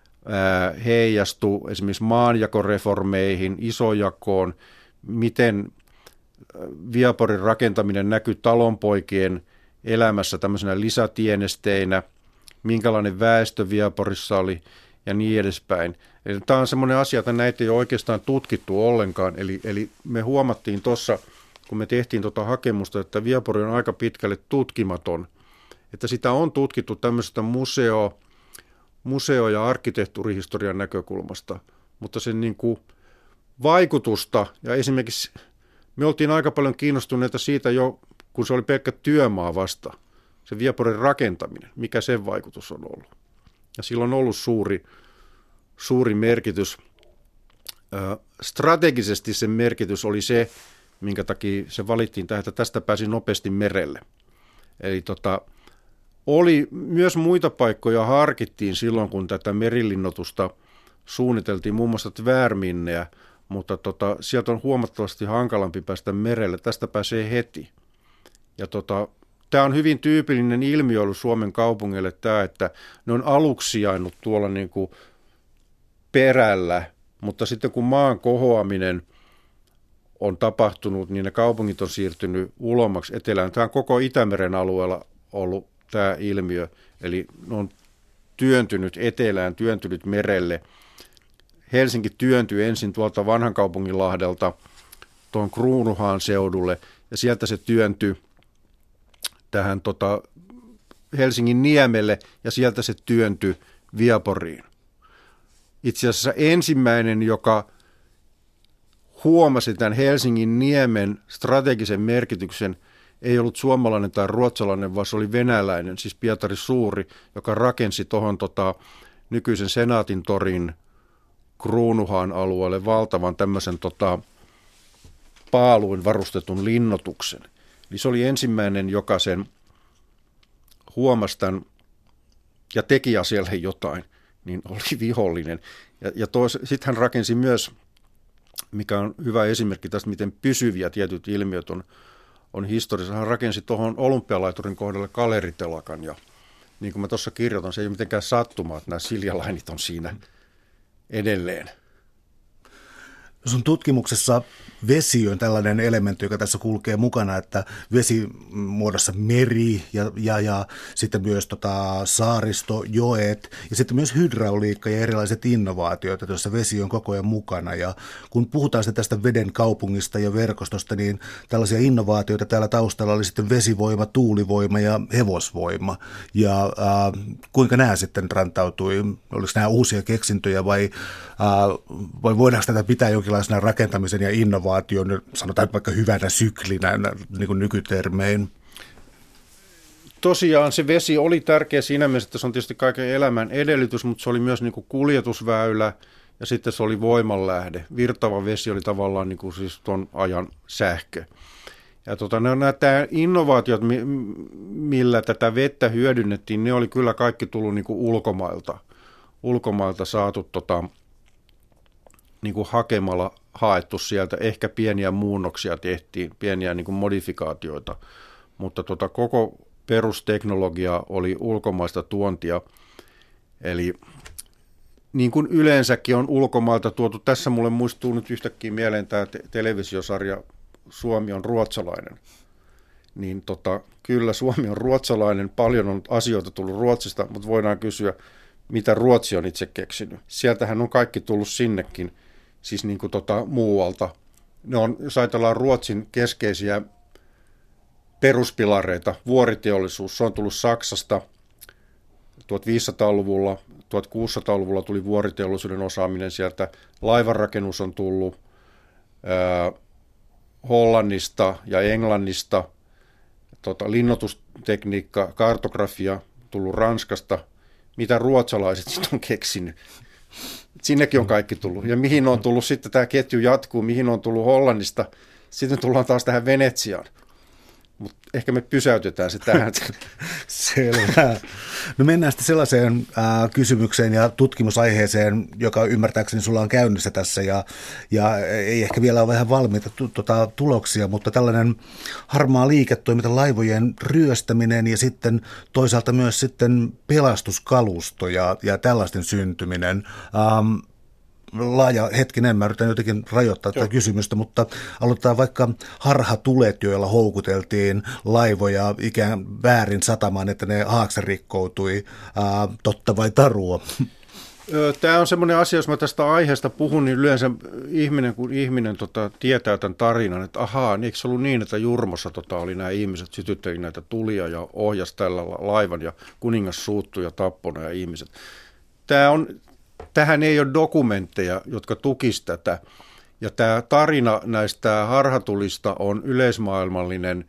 heijastui esimerkiksi maanjakoreformeihin, isojakoon, miten Viipurin rakentaminen näkyy talonpoikien elämässä tämmöisenä lisätienesteinä, minkälainen väestö Viipurissa oli ja niin edespäin. Eli tämä on semmoinen asia, että näitä ei ole oikeastaan tutkittu ollenkaan, eli me huomattiin tuossa, kun me tehtiin hakemusta, että Viipuri on aika pitkälle tutkimaton, että sitä on tutkittu tämmöisestä museo- ja arkkitehtuurihistorian näkökulmasta, mutta sen niin kuin vaikutusta, ja esimerkiksi me oltiin aika paljon kiinnostuneita siitä jo, kun se oli pelkkä työmaa vasta, se Viipurin rakentaminen, mikä sen vaikutus on ollut. Ja sillä on ollut suuri merkitys. Strategisesti sen merkitys oli se, minkä takia se valittiin tähän, että tästä pääsi nopeasti merelle. Eli oli myös muita paikkoja harkittiin silloin, kun tätä merilinnoitusta suunniteltiin, muun muassa Tvärminneä, mutta sieltä on huomattavasti hankalampi päästä merelle. Tästä pääsee heti. Ja tämä on hyvin tyypillinen ilmiö ollut Suomen kaupungeille tämä, että ne on aluksi sijainnut tuolla niin kuin perällä, mutta sitten kun maan kohoaminen on tapahtunut, niin ne kaupungit on siirtynyt ulommaksi etelään. Tämä on koko Itämeren alueella ollut tämä ilmiö, eli ne on työntynyt etelään, työntynyt merelle. Helsinki työntyi ensin tuolta Vanhan kaupunginlahdelta tuon Kruunuhaan seudulle, ja sieltä se työntyi tähän Helsingin niemelle, ja sieltä se työntyi Viipuriin. Itse asiassa ensimmäinen, joka huomasi tämän Helsingin niemen strategisen merkityksen, ei ollut suomalainen tai ruotsalainen, vaan se oli venäläinen, siis Pietari Suuri, joka rakensi tuohon nykyisen Senaatin torin Kruunuhaan alueelle valtavan tämmöisen paaluin varustetun linnoituksen. Eli se oli ensimmäinen, joka sen huomasi tämän ja teki asialle jotain, niin oli vihollinen. Ja sitten hän rakensi myös, mikä on hyvä esimerkki tästä, miten pysyviä tietyt ilmiöt on historiassa. Hän rakensi tuohon Olympialaiturin kohdalle galeeritelakan, ja niin kuin mä tuossa kirjoitan, se ei ole mitenkään sattumaa, että nämä siljalainit on siinä edelleen. Sun tutkimuksessa vesi on tällainen elementti, joka tässä kulkee mukana, että vesi muodossa meri ja sitten myös saaristo, joet ja sitten myös hydrauliikka ja erilaiset innovaatiot, joissa vesi on koko ajan mukana. Ja kun puhutaan sitten tästä veden kaupungista ja verkostosta, niin tällaisia innovaatioita täällä taustalla oli sitten vesivoima, tuulivoima ja hevosvoima. Ja kuinka nämä sitten rantautui? Oliko nämä uusia keksintöjä vai voidaanko tätä pitää jonkinlaisena rakentamisen ja innovaation, sanotaan vaikka hyvänä syklinä niin kuin nykytermein? Tosiaan se vesi oli tärkeä siinä mielessä, että se on tietysti kaiken elämän edellytys, mutta se oli myös niin kuin kuljetusväylä ja sitten se oli voimanlähde. Virtava vesi oli tavallaan niin kuin siis tuon ajan sähkö. Ja nämä innovaatiot, millä tätä vettä hyödynnettiin, ne oli kyllä kaikki tullut niin kuin ulkomailta saatu niin kuin hakemalla haettu sieltä. Ehkä pieniä muunnoksia tehtiin, pieniä niin kuin modifikaatioita, mutta koko perusteknologia oli ulkomaista tuontia. Eli niin kuin yleensäkin on ulkomailta tuotu, tässä mulle muistuu nyt yhtäkkiä mieleen tämä televisiosarja Suomi on ruotsalainen. Niin kyllä Suomi on ruotsalainen, paljon on asioita tullut Ruotsista, mutta voidaan kysyä, mitä Ruotsi on itse keksinyt. Sieltähän on kaikki tullut sinnekin, siis niin kuin muualta. Ne on, jos ajatellaan Ruotsin keskeisiä peruspilareita, vuoriteollisuus, se on tullut Saksasta 1500-luvulla, 1600-luvulla tuli vuoriteollisuuden osaaminen sieltä, laivanrakennus on tullut Hollannista ja Englannista, linnoitustekniikka, kartografia tullut Ranskasta, mitä ruotsalaiset sitten on keksinyt. Sinnekin on kaikki tullut. Ja mihin on tullut sitten, tämä ketju jatkuu, mihin on tullut Hollannista, sitten tullaan taas tähän Venetsiaan. Mutta ehkä me pysäytetään se tähän. Selvä. No mennään sitten sellaiseen kysymykseen ja tutkimusaiheeseen, joka ymmärtääkseni sulla on käynnissä tässä ja ei ehkä vielä ole vähän valmiita tuloksia, mutta tällainen harmaa liiketoiminta, laivojen ryöstäminen ja sitten toisaalta myös sitten pelastuskalusto ja tällaisten syntyminen. Laaja hetkinen, mä yritän jotenkin rajoittaa tätä kysymystä, mutta aloitetaan vaikka harhatulet, joilla houkuteltiin laivoja ikään väärin satamaan, että ne haaksirikkoutui. Totta vai tarua? Tämä on semmoinen asia, jos mä tästä aiheesta puhun, niin yleensä kun ihminen tietää tämän tarinan, että ahaa, niin eikö se ollut niin, että Jurmossa oli nämä ihmiset, sytytteli näitä tulia ja ohjasi tällä laivan ja kuningas suuttui ja tappoi nämä ihmiset. Tähän ei ole dokumentteja, jotka tukisivat tätä. Ja tämä tarina näistä harhatulista on yleismaailmallinen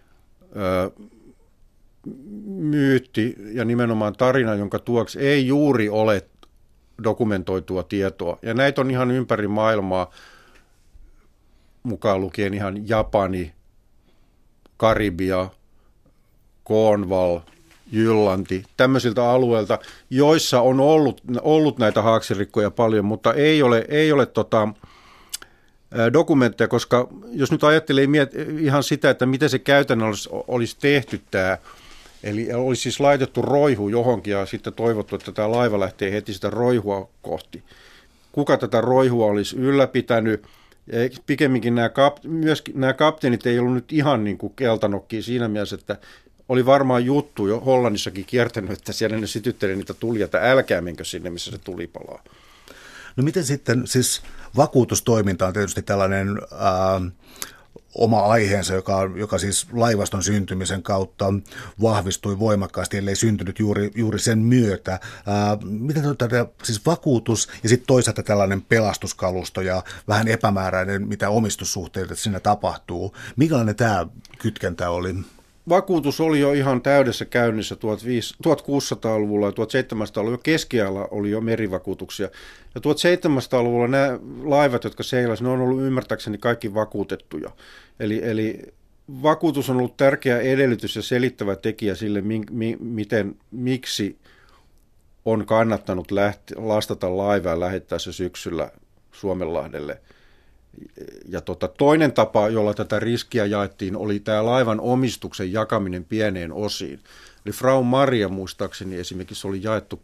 myytti ja nimenomaan tarina, jonka tuoksi ei juuri ole dokumentoitua tietoa. Ja näitä on ihan ympäri maailmaa, mukaan lukien ihan Japani, Karibia, Cornwall, Jyllanti, tämmöisiltä alueilta, joissa on ollut näitä haaksirikkoja paljon, mutta ei ole dokumentteja, koska jos nyt ajattelee ihan sitä, että miten se käytännössä olisi tehty tämä, eli olisi siis laitettu roihu johonkin ja sitten toivottu, että tämä laiva lähtee heti sitä roihua kohti. Kuka tätä roihua olisi ylläpitänyt? Pikemminkin nämä kapteenit ei ollut nyt ihan niin kuin keltanokkia siinä mielessä, että oli varmaan juttu jo Hollannissakin kiertänyt, että siellä ne sytyttelee niitä tulia, että älkää menkö sinne, missä se tuli palaa. No miten sitten, siis vakuutustoiminta on tietysti tällainen oma aiheensa, joka siis laivaston syntymisen kautta vahvistui voimakkaasti, ellei syntynyt juuri sen myötä. Miten siis vakuutus ja sitten toisaalta tällainen pelastuskalusto ja vähän epämääräinen, mitä omistussuhteita siinä tapahtuu. Minkälainen tämä kytkentä oli? Vakuutus oli jo ihan täydessä käynnissä 1600-luvulla ja 1700-luvulla, keskiajalla oli jo merivakuutuksia. Ja 1700-luvulla nämä laivat, jotka seilasivat, ne on ollut ymmärtääkseni kaikki vakuutettuja. Eli vakuutus on ollut tärkeä edellytys ja selittävä tekijä sille, miksi on kannattanut lastata laivaa ja lähettää se syksyllä Suomenlahdelle. Ja toinen tapa, jolla tätä riskiä jaettiin, oli tämä laivan omistuksen jakaminen pieneen osiin. Eli Frau Maria muistaakseni esimerkiksi oli jaettu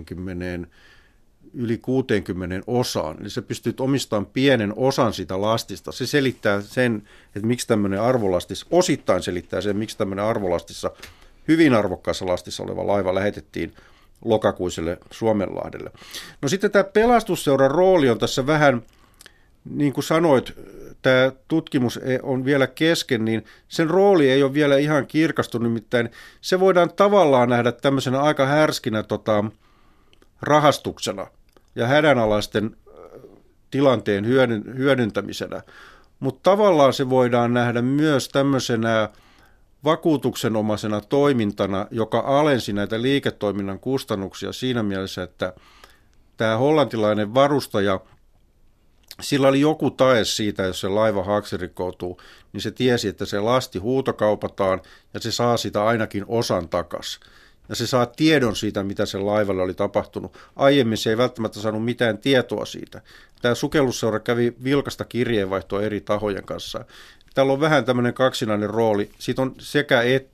yli 60 osaan. Eli se pystyy omistamaan pienen osan sitä lastista. Se selittää sen, että miksi tämmöinen arvolastis, osittain selittää sen, miksi tämmöinen arvolastissa, hyvin arvokkaassa lastissa oleva laiva lähetettiin lokakuiselle Suomenlahdelle. No sitten tämä pelastusseuran rooli on tässä vähän, niin kuin sanoit, tämä tutkimus on vielä kesken, niin sen rooli ei ole vielä ihan kirkastunut, nimittäin se voidaan tavallaan nähdä tämmöisenä aika härskinä rahastuksena ja hädänalaisten tilanteen hyödyntämisenä, mutta tavallaan se voidaan nähdä myös tämmöisenä vakuutuksenomaisena toimintana, joka alensi näitä liiketoiminnan kustannuksia siinä mielessä, että tämä hollantilainen varustaja, sillä oli joku tae siitä, jos se laiva haaksirikkoutuu, niin se tiesi, että se lasti huutokaupataan ja se saa sitä ainakin osan takaisin. Ja se saa tiedon siitä, mitä sen laivalle oli tapahtunut. Aiemmin se ei välttämättä saanut mitään tietoa siitä. Tämä sukellusseura kävi vilkasta kirjeenvaihtoa eri tahojen kanssa. Täällä on vähän tämmöinen kaksinainen rooli. Siitä on sekä että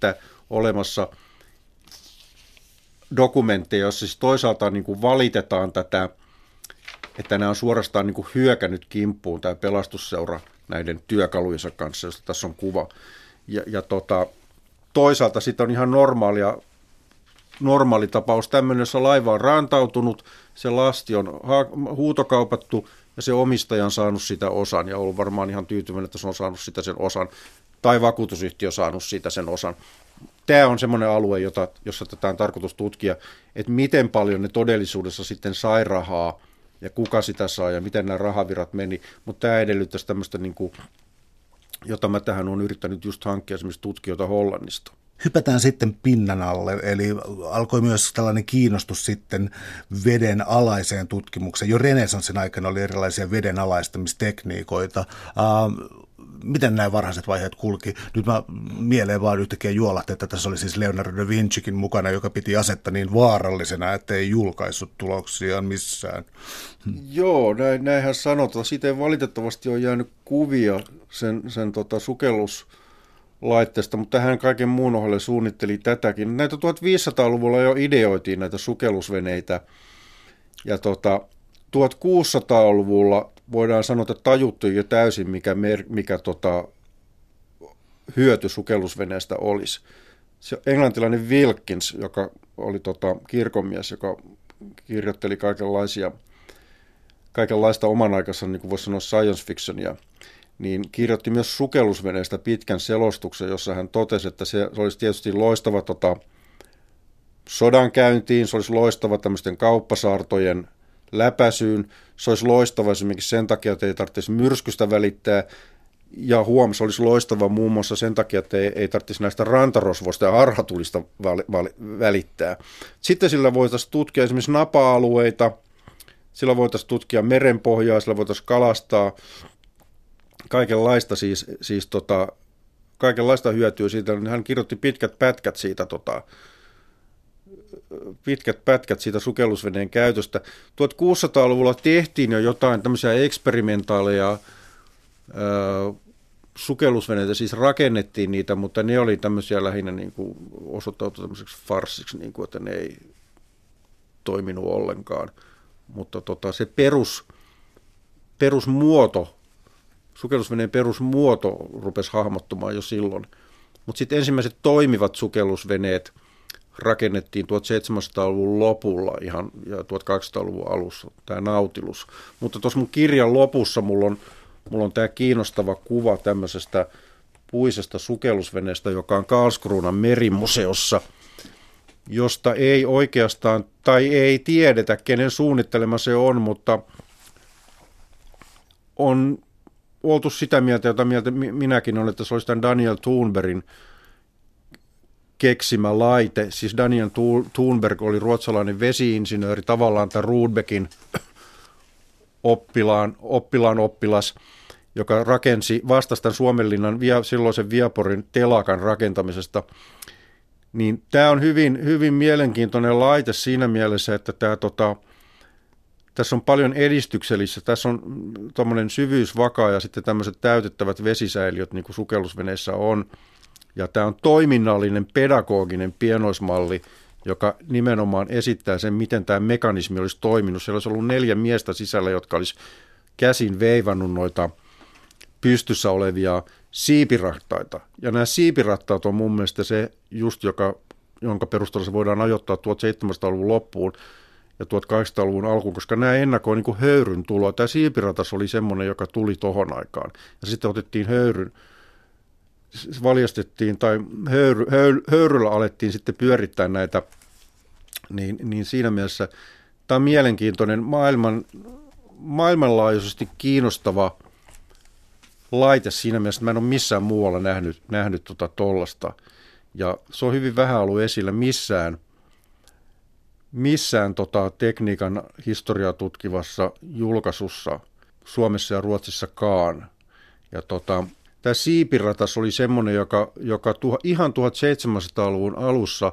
olemassa dokumentteja, joissa siis toisaalta niin kuin valitetaan tätä, että nämä on suorastaan niin kuin hyökännyt kimppuun, tämä pelastusseura näiden työkalujensa kanssa, josta tässä on kuva. Ja toisaalta sitten on ihan normaali tapaus, tämmöinen, jossa laiva on rantautunut, se lasti on huutokaupattu ja se omistaja on saanut sitä osan ja ollut varmaan ihan tyytyväinen, että se on saanut sitä sen osan, tai vakuutusyhtiö on saanut sitä sen osan. Tämä on semmoinen alue, jossa tätä on tarkoitus tutkia, että miten paljon ne todellisuudessa sitten sai rahaa ja kuka sitä saa ja miten nämä rahavirrat meni, mutta tämä edellyttäisi tämmöistä, niin kuin, jota mä tähän olen yrittänyt just hankkia esimerkiksi tutkijoita Hollannista. Hypätään sitten pinnan alle, eli alkoi myös tällainen kiinnostus sitten veden alaiseen tutkimukseen. Jo renesanssin aikana oli erilaisia veden alaistamistekniikoita. Miten nämä varhaiset vaiheet kulki? Nyt mä mieleen vaan yhtäkkiä juolahti, että tässä oli siis Leonardo da Vincikin mukana, joka piti asetta niin vaarallisena, että ei julkaissut tuloksiaan missään. Joo, näinhän sanotaan. Siitä ei valitettavasti ole jäänyt kuvia sen sukelluslaitteesta, mutta hän kaiken muun ohelle suunnitteli tätäkin. Näitä 1500-luvulla jo ideoitiin näitä sukellusveneitä ja 1600-luvulla voidaan sanoa, että tajuttiin jo täysin, mikä hyöty sukellusveneestä olisi. Se englantilainen Wilkins, joka oli kirkonmies, joka kirjoitteli kaikenlaista oman aikansa, niin kuin voisi sanoa science fictionia, niin kirjoitti myös sukellusveneestä pitkän selostuksen, jossa hän totesi, että se olisi tietysti loistava sodankäyntiin, se olisi loistava tämmöisten kauppasaartojen läpäisyyn, se olisi loistava esimerkiksi sen takia, että ei tarvitsisi myrskystä välittää, ja se olisi loistava muun muassa sen takia, että ei tarvitsisi näistä rantarosvoista ja harhatulista välittää. Sitten sillä voitaisiin tutkia esimerkiksi napa-alueita, sillä voitaisiin tutkia merenpohjaa, sillä voitaisiin kalastaa, kaikenlaista kaikenlaista hyötyä siitä. Hän kirjoitti pitkät pätkät siitä sukellusveneen käytöstä. 1600-luvulla tehtiin jo jotain tämmöisiä eksperimentaaleja sukellusveneitä, siis rakennettiin niitä, mutta ne oli tämmöisiä lähinnä niin kuin osoittautui tämmöiseksi farssiksi, niin kuin, että ne ei toiminut ollenkaan. Mutta se perusmuoto, sukellusveneen perusmuoto rupesi hahmottumaan jo silloin. Mutta sitten ensimmäiset toimivat sukellusveneet rakennettiin 1700-luvun lopulla ihan ja 1800-luvun alussa, tämä Nautilus. Mutta tuossa mun kirjan lopussa mulla on tämä kiinnostava kuva tämmöisestä puisesta sukellusveneestä, joka on Karlskronan merimuseossa, josta ei oikeastaan, tai ei tiedetä, kenen suunnittelema se on, mutta on oltu sitä mieltä, jota mieltä minäkin olen, että se olisi tämän Daniel Thunbergin keksimä laite. Siis Daniel Thunberg oli ruotsalainen vesi-insinööri, tavallaan tämän Rudbeckin oppilaan oppilas, joka rakensi vastastan Suomenlinnan silloisen Viaporin telakan rakentamisesta. Niin tämä on hyvin, hyvin mielenkiintoinen laite siinä mielessä, että tässä on paljon edistyksellistä. Tässä on tuommoinen syvyysvakaa ja sitten tämmöiset täytettävät vesisäiliöt, niin kuin sukellusveneissä on. Ja tämä on toiminnallinen, pedagoginen pienoismalli, joka nimenomaan esittää sen, miten tämä mekanismi olisi toiminut. Siellä olisi ollut 4 miestä sisällä, jotka olisi käsin veivannut noita pystyssä olevia siipirattaita. Ja nämä siipirattaat on mun mielestä se just, jonka perusteella se voidaan ajoittaa 1700-luvun loppuun ja 1800-luvun alkuun, koska nämä ennakoi niin kuin höyryn tuloa. Tämä siipiratas oli semmoinen, joka tuli tohon aikaan. Ja sitten otettiin höyryn, valjastettiin tai höyryllä alettiin sitten pyörittää näitä, niin siinä mielessä tämä on mielenkiintoinen, maailmanlaajuisesti kiinnostava laite siinä mielessä, että mä en ole missään muualla nähnyt tollasta. Ja se on hyvin vähän ollut esillä missään tekniikan historiaa tutkivassa julkaisussa Suomessa ja Ruotsissakaan. Ja tämä siipiratas oli semmoinen, joka ihan 1700-luvun alussa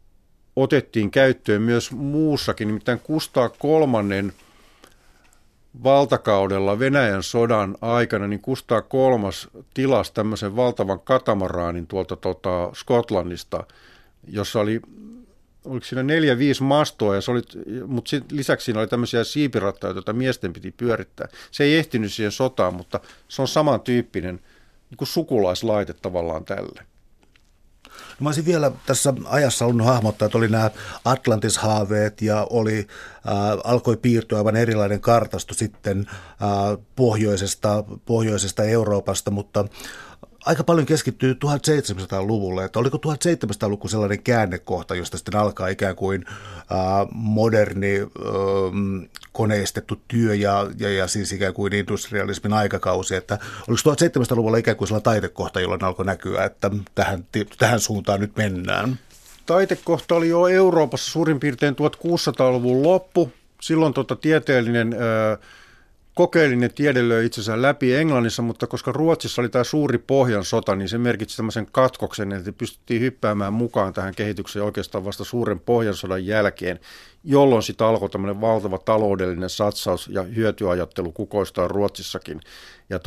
otettiin käyttöön myös muussakin, nimittäin Kustaa III valtakaudella Venäjän sodan aikana, niin Kustaa kolmas tilasi tämmöisen valtavan katamaraanin tuolta Skotlannista, jossa oli, oliko siinä 4-5 mastoa, mutta lisäksi siinä oli tämmöisiä siipirattaita, joita miesten piti pyörittää. Se ei ehtinyt siihen sotaan, mutta se on samantyyppinen niin kuin sukulaislaite tavallaan tälle. No mä olisin vielä tässä ajassa halunnut hahmottaa, että oli nämä Atlantis-haaveet ja alkoi piirtyä aivan erilainen kartasto sitten pohjoisesta Euroopasta, mutta aika paljon keskittyy 1700-luvulle, että oliko 1700-luku sellainen käännekohta, josta sitten alkaa ikään kuin moderni koneistettu työ ja siis ikään kuin industrialismin aikakausi, että oliko 1700-luvulla ikään kuin sellainen taitekohta, jolloin alkoi näkyä, että tähän suuntaan nyt mennään? Taitekohta oli jo Euroopassa suurin piirtein 1600-luvun loppu, silloin tieteellinen kokeellinen tiede löi itsensä läpi Englannissa, mutta koska Ruotsissa oli tämä suuri Pohjansota, niin se merkitsi tämmöisen katkoksen, että pystyttiin hyppäämään mukaan tähän kehitykseen oikeastaan vasta suuren Pohjansodan jälkeen, jolloin sitten alkoi tämmöinen valtava taloudellinen satsaus ja hyötyajattelu kukoistaa Ruotsissakin. Ja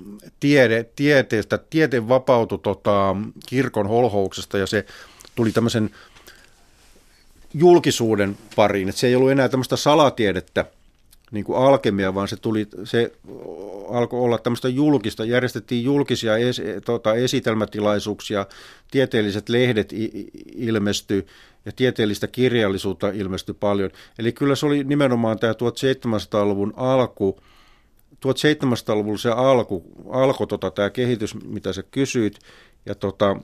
tiede vapautui kirkon holhouksesta ja se tuli tämmöisen julkisuuden pariin, että se ei ollut enää tämmöistä salatiedettä, niin kuin alkemia, vaan se alkoi olla tämmöistä julkista, järjestettiin julkisia esitelmätilaisuuksia, tieteelliset lehdet ilmestyi ja tieteellistä kirjallisuutta ilmestyi paljon. Eli kyllä se oli nimenomaan tämä 1700-luvun alku, 1700-luvulla se alkoi tämä kehitys, mitä sä kysyit, ja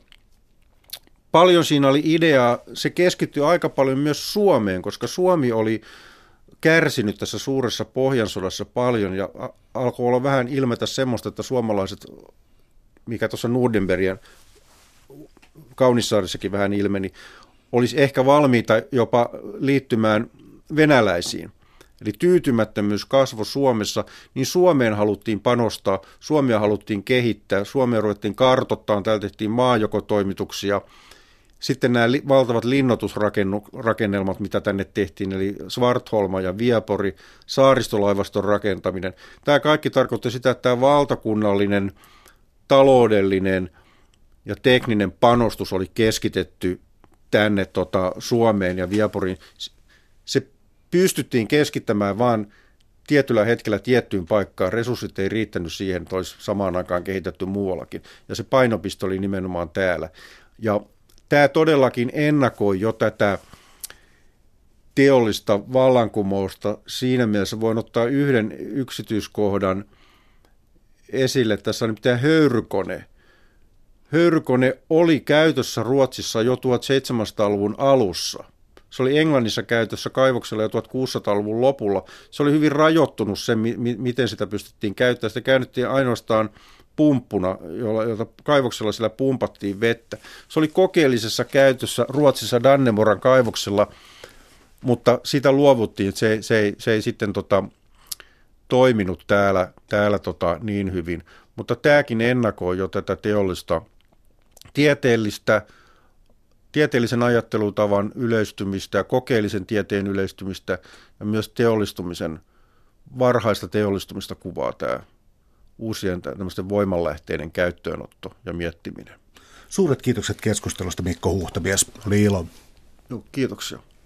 paljon siinä oli ideaa, se keskittyi aika paljon myös Suomeen, koska Suomi oli kärsinyt tässä suuressa Pohjansodassa paljon ja alkoi olla vähän ilmetä semmoista, että suomalaiset, mikä tuossa Nordenbergin Kaunissaarissakin vähän ilmeni, olisi ehkä valmiita jopa liittymään venäläisiin. Eli tyytymättömyys kasvoi Suomessa, niin Suomeen haluttiin panostaa, Suomea haluttiin kehittää, Suomea ruvettiin kartoittamaan, täällä tehtiin maajokotoimituksia. Sitten nämä valtavat linnoitusrakennelmat, mitä tänne tehtiin, eli Svartholma ja Viapori, saaristolaivaston rakentaminen. Tämä kaikki tarkoitti sitä, että tämä valtakunnallinen, taloudellinen ja tekninen panostus oli keskitetty tänne Suomeen ja Viaporiin. Se pystyttiin keskittämään vaan tietyllä hetkellä tiettyyn paikkaan. Resurssit ei riittänyt siihen, että olisi samaan aikaan kehitetty muuallakin. Ja se painopiste oli nimenomaan täällä. Ja tämä todellakin ennakoi jo tätä teollista vallankumousta. Siinä mielessä voin ottaa yhden yksityiskohdan esille. Tässä on nimittäin höyrykone. Höyrykone oli käytössä Ruotsissa jo 1700-luvun alussa. Se oli Englannissa käytössä kaivoksella jo 1600-luvun lopulla. Se oli hyvin rajoittunut se, miten sitä pystyttiin käyttämään. Sitä käytettiin ainoastaan pumppuna, jota kaivoksella sillä pumpattiin vettä. Se oli kokeellisessa käytössä Ruotsissa Dannemoran kaivoksella, mutta sitä luovuttiin, että se ei sitten toiminut täällä niin hyvin. Mutta tämäkin ennakoi jo tätä teollista, tieteellisen ajattelutavan yleistymistä, kokeellisen tieteen yleistymistä ja myös varhaista teollistumista kuvaa tämä uusien tämmöisten voimanlähteiden käyttöönotto ja miettiminen. Suuret kiitokset keskustelusta, Mikko Huhtamies. Oli ilo. No, kiitoksia.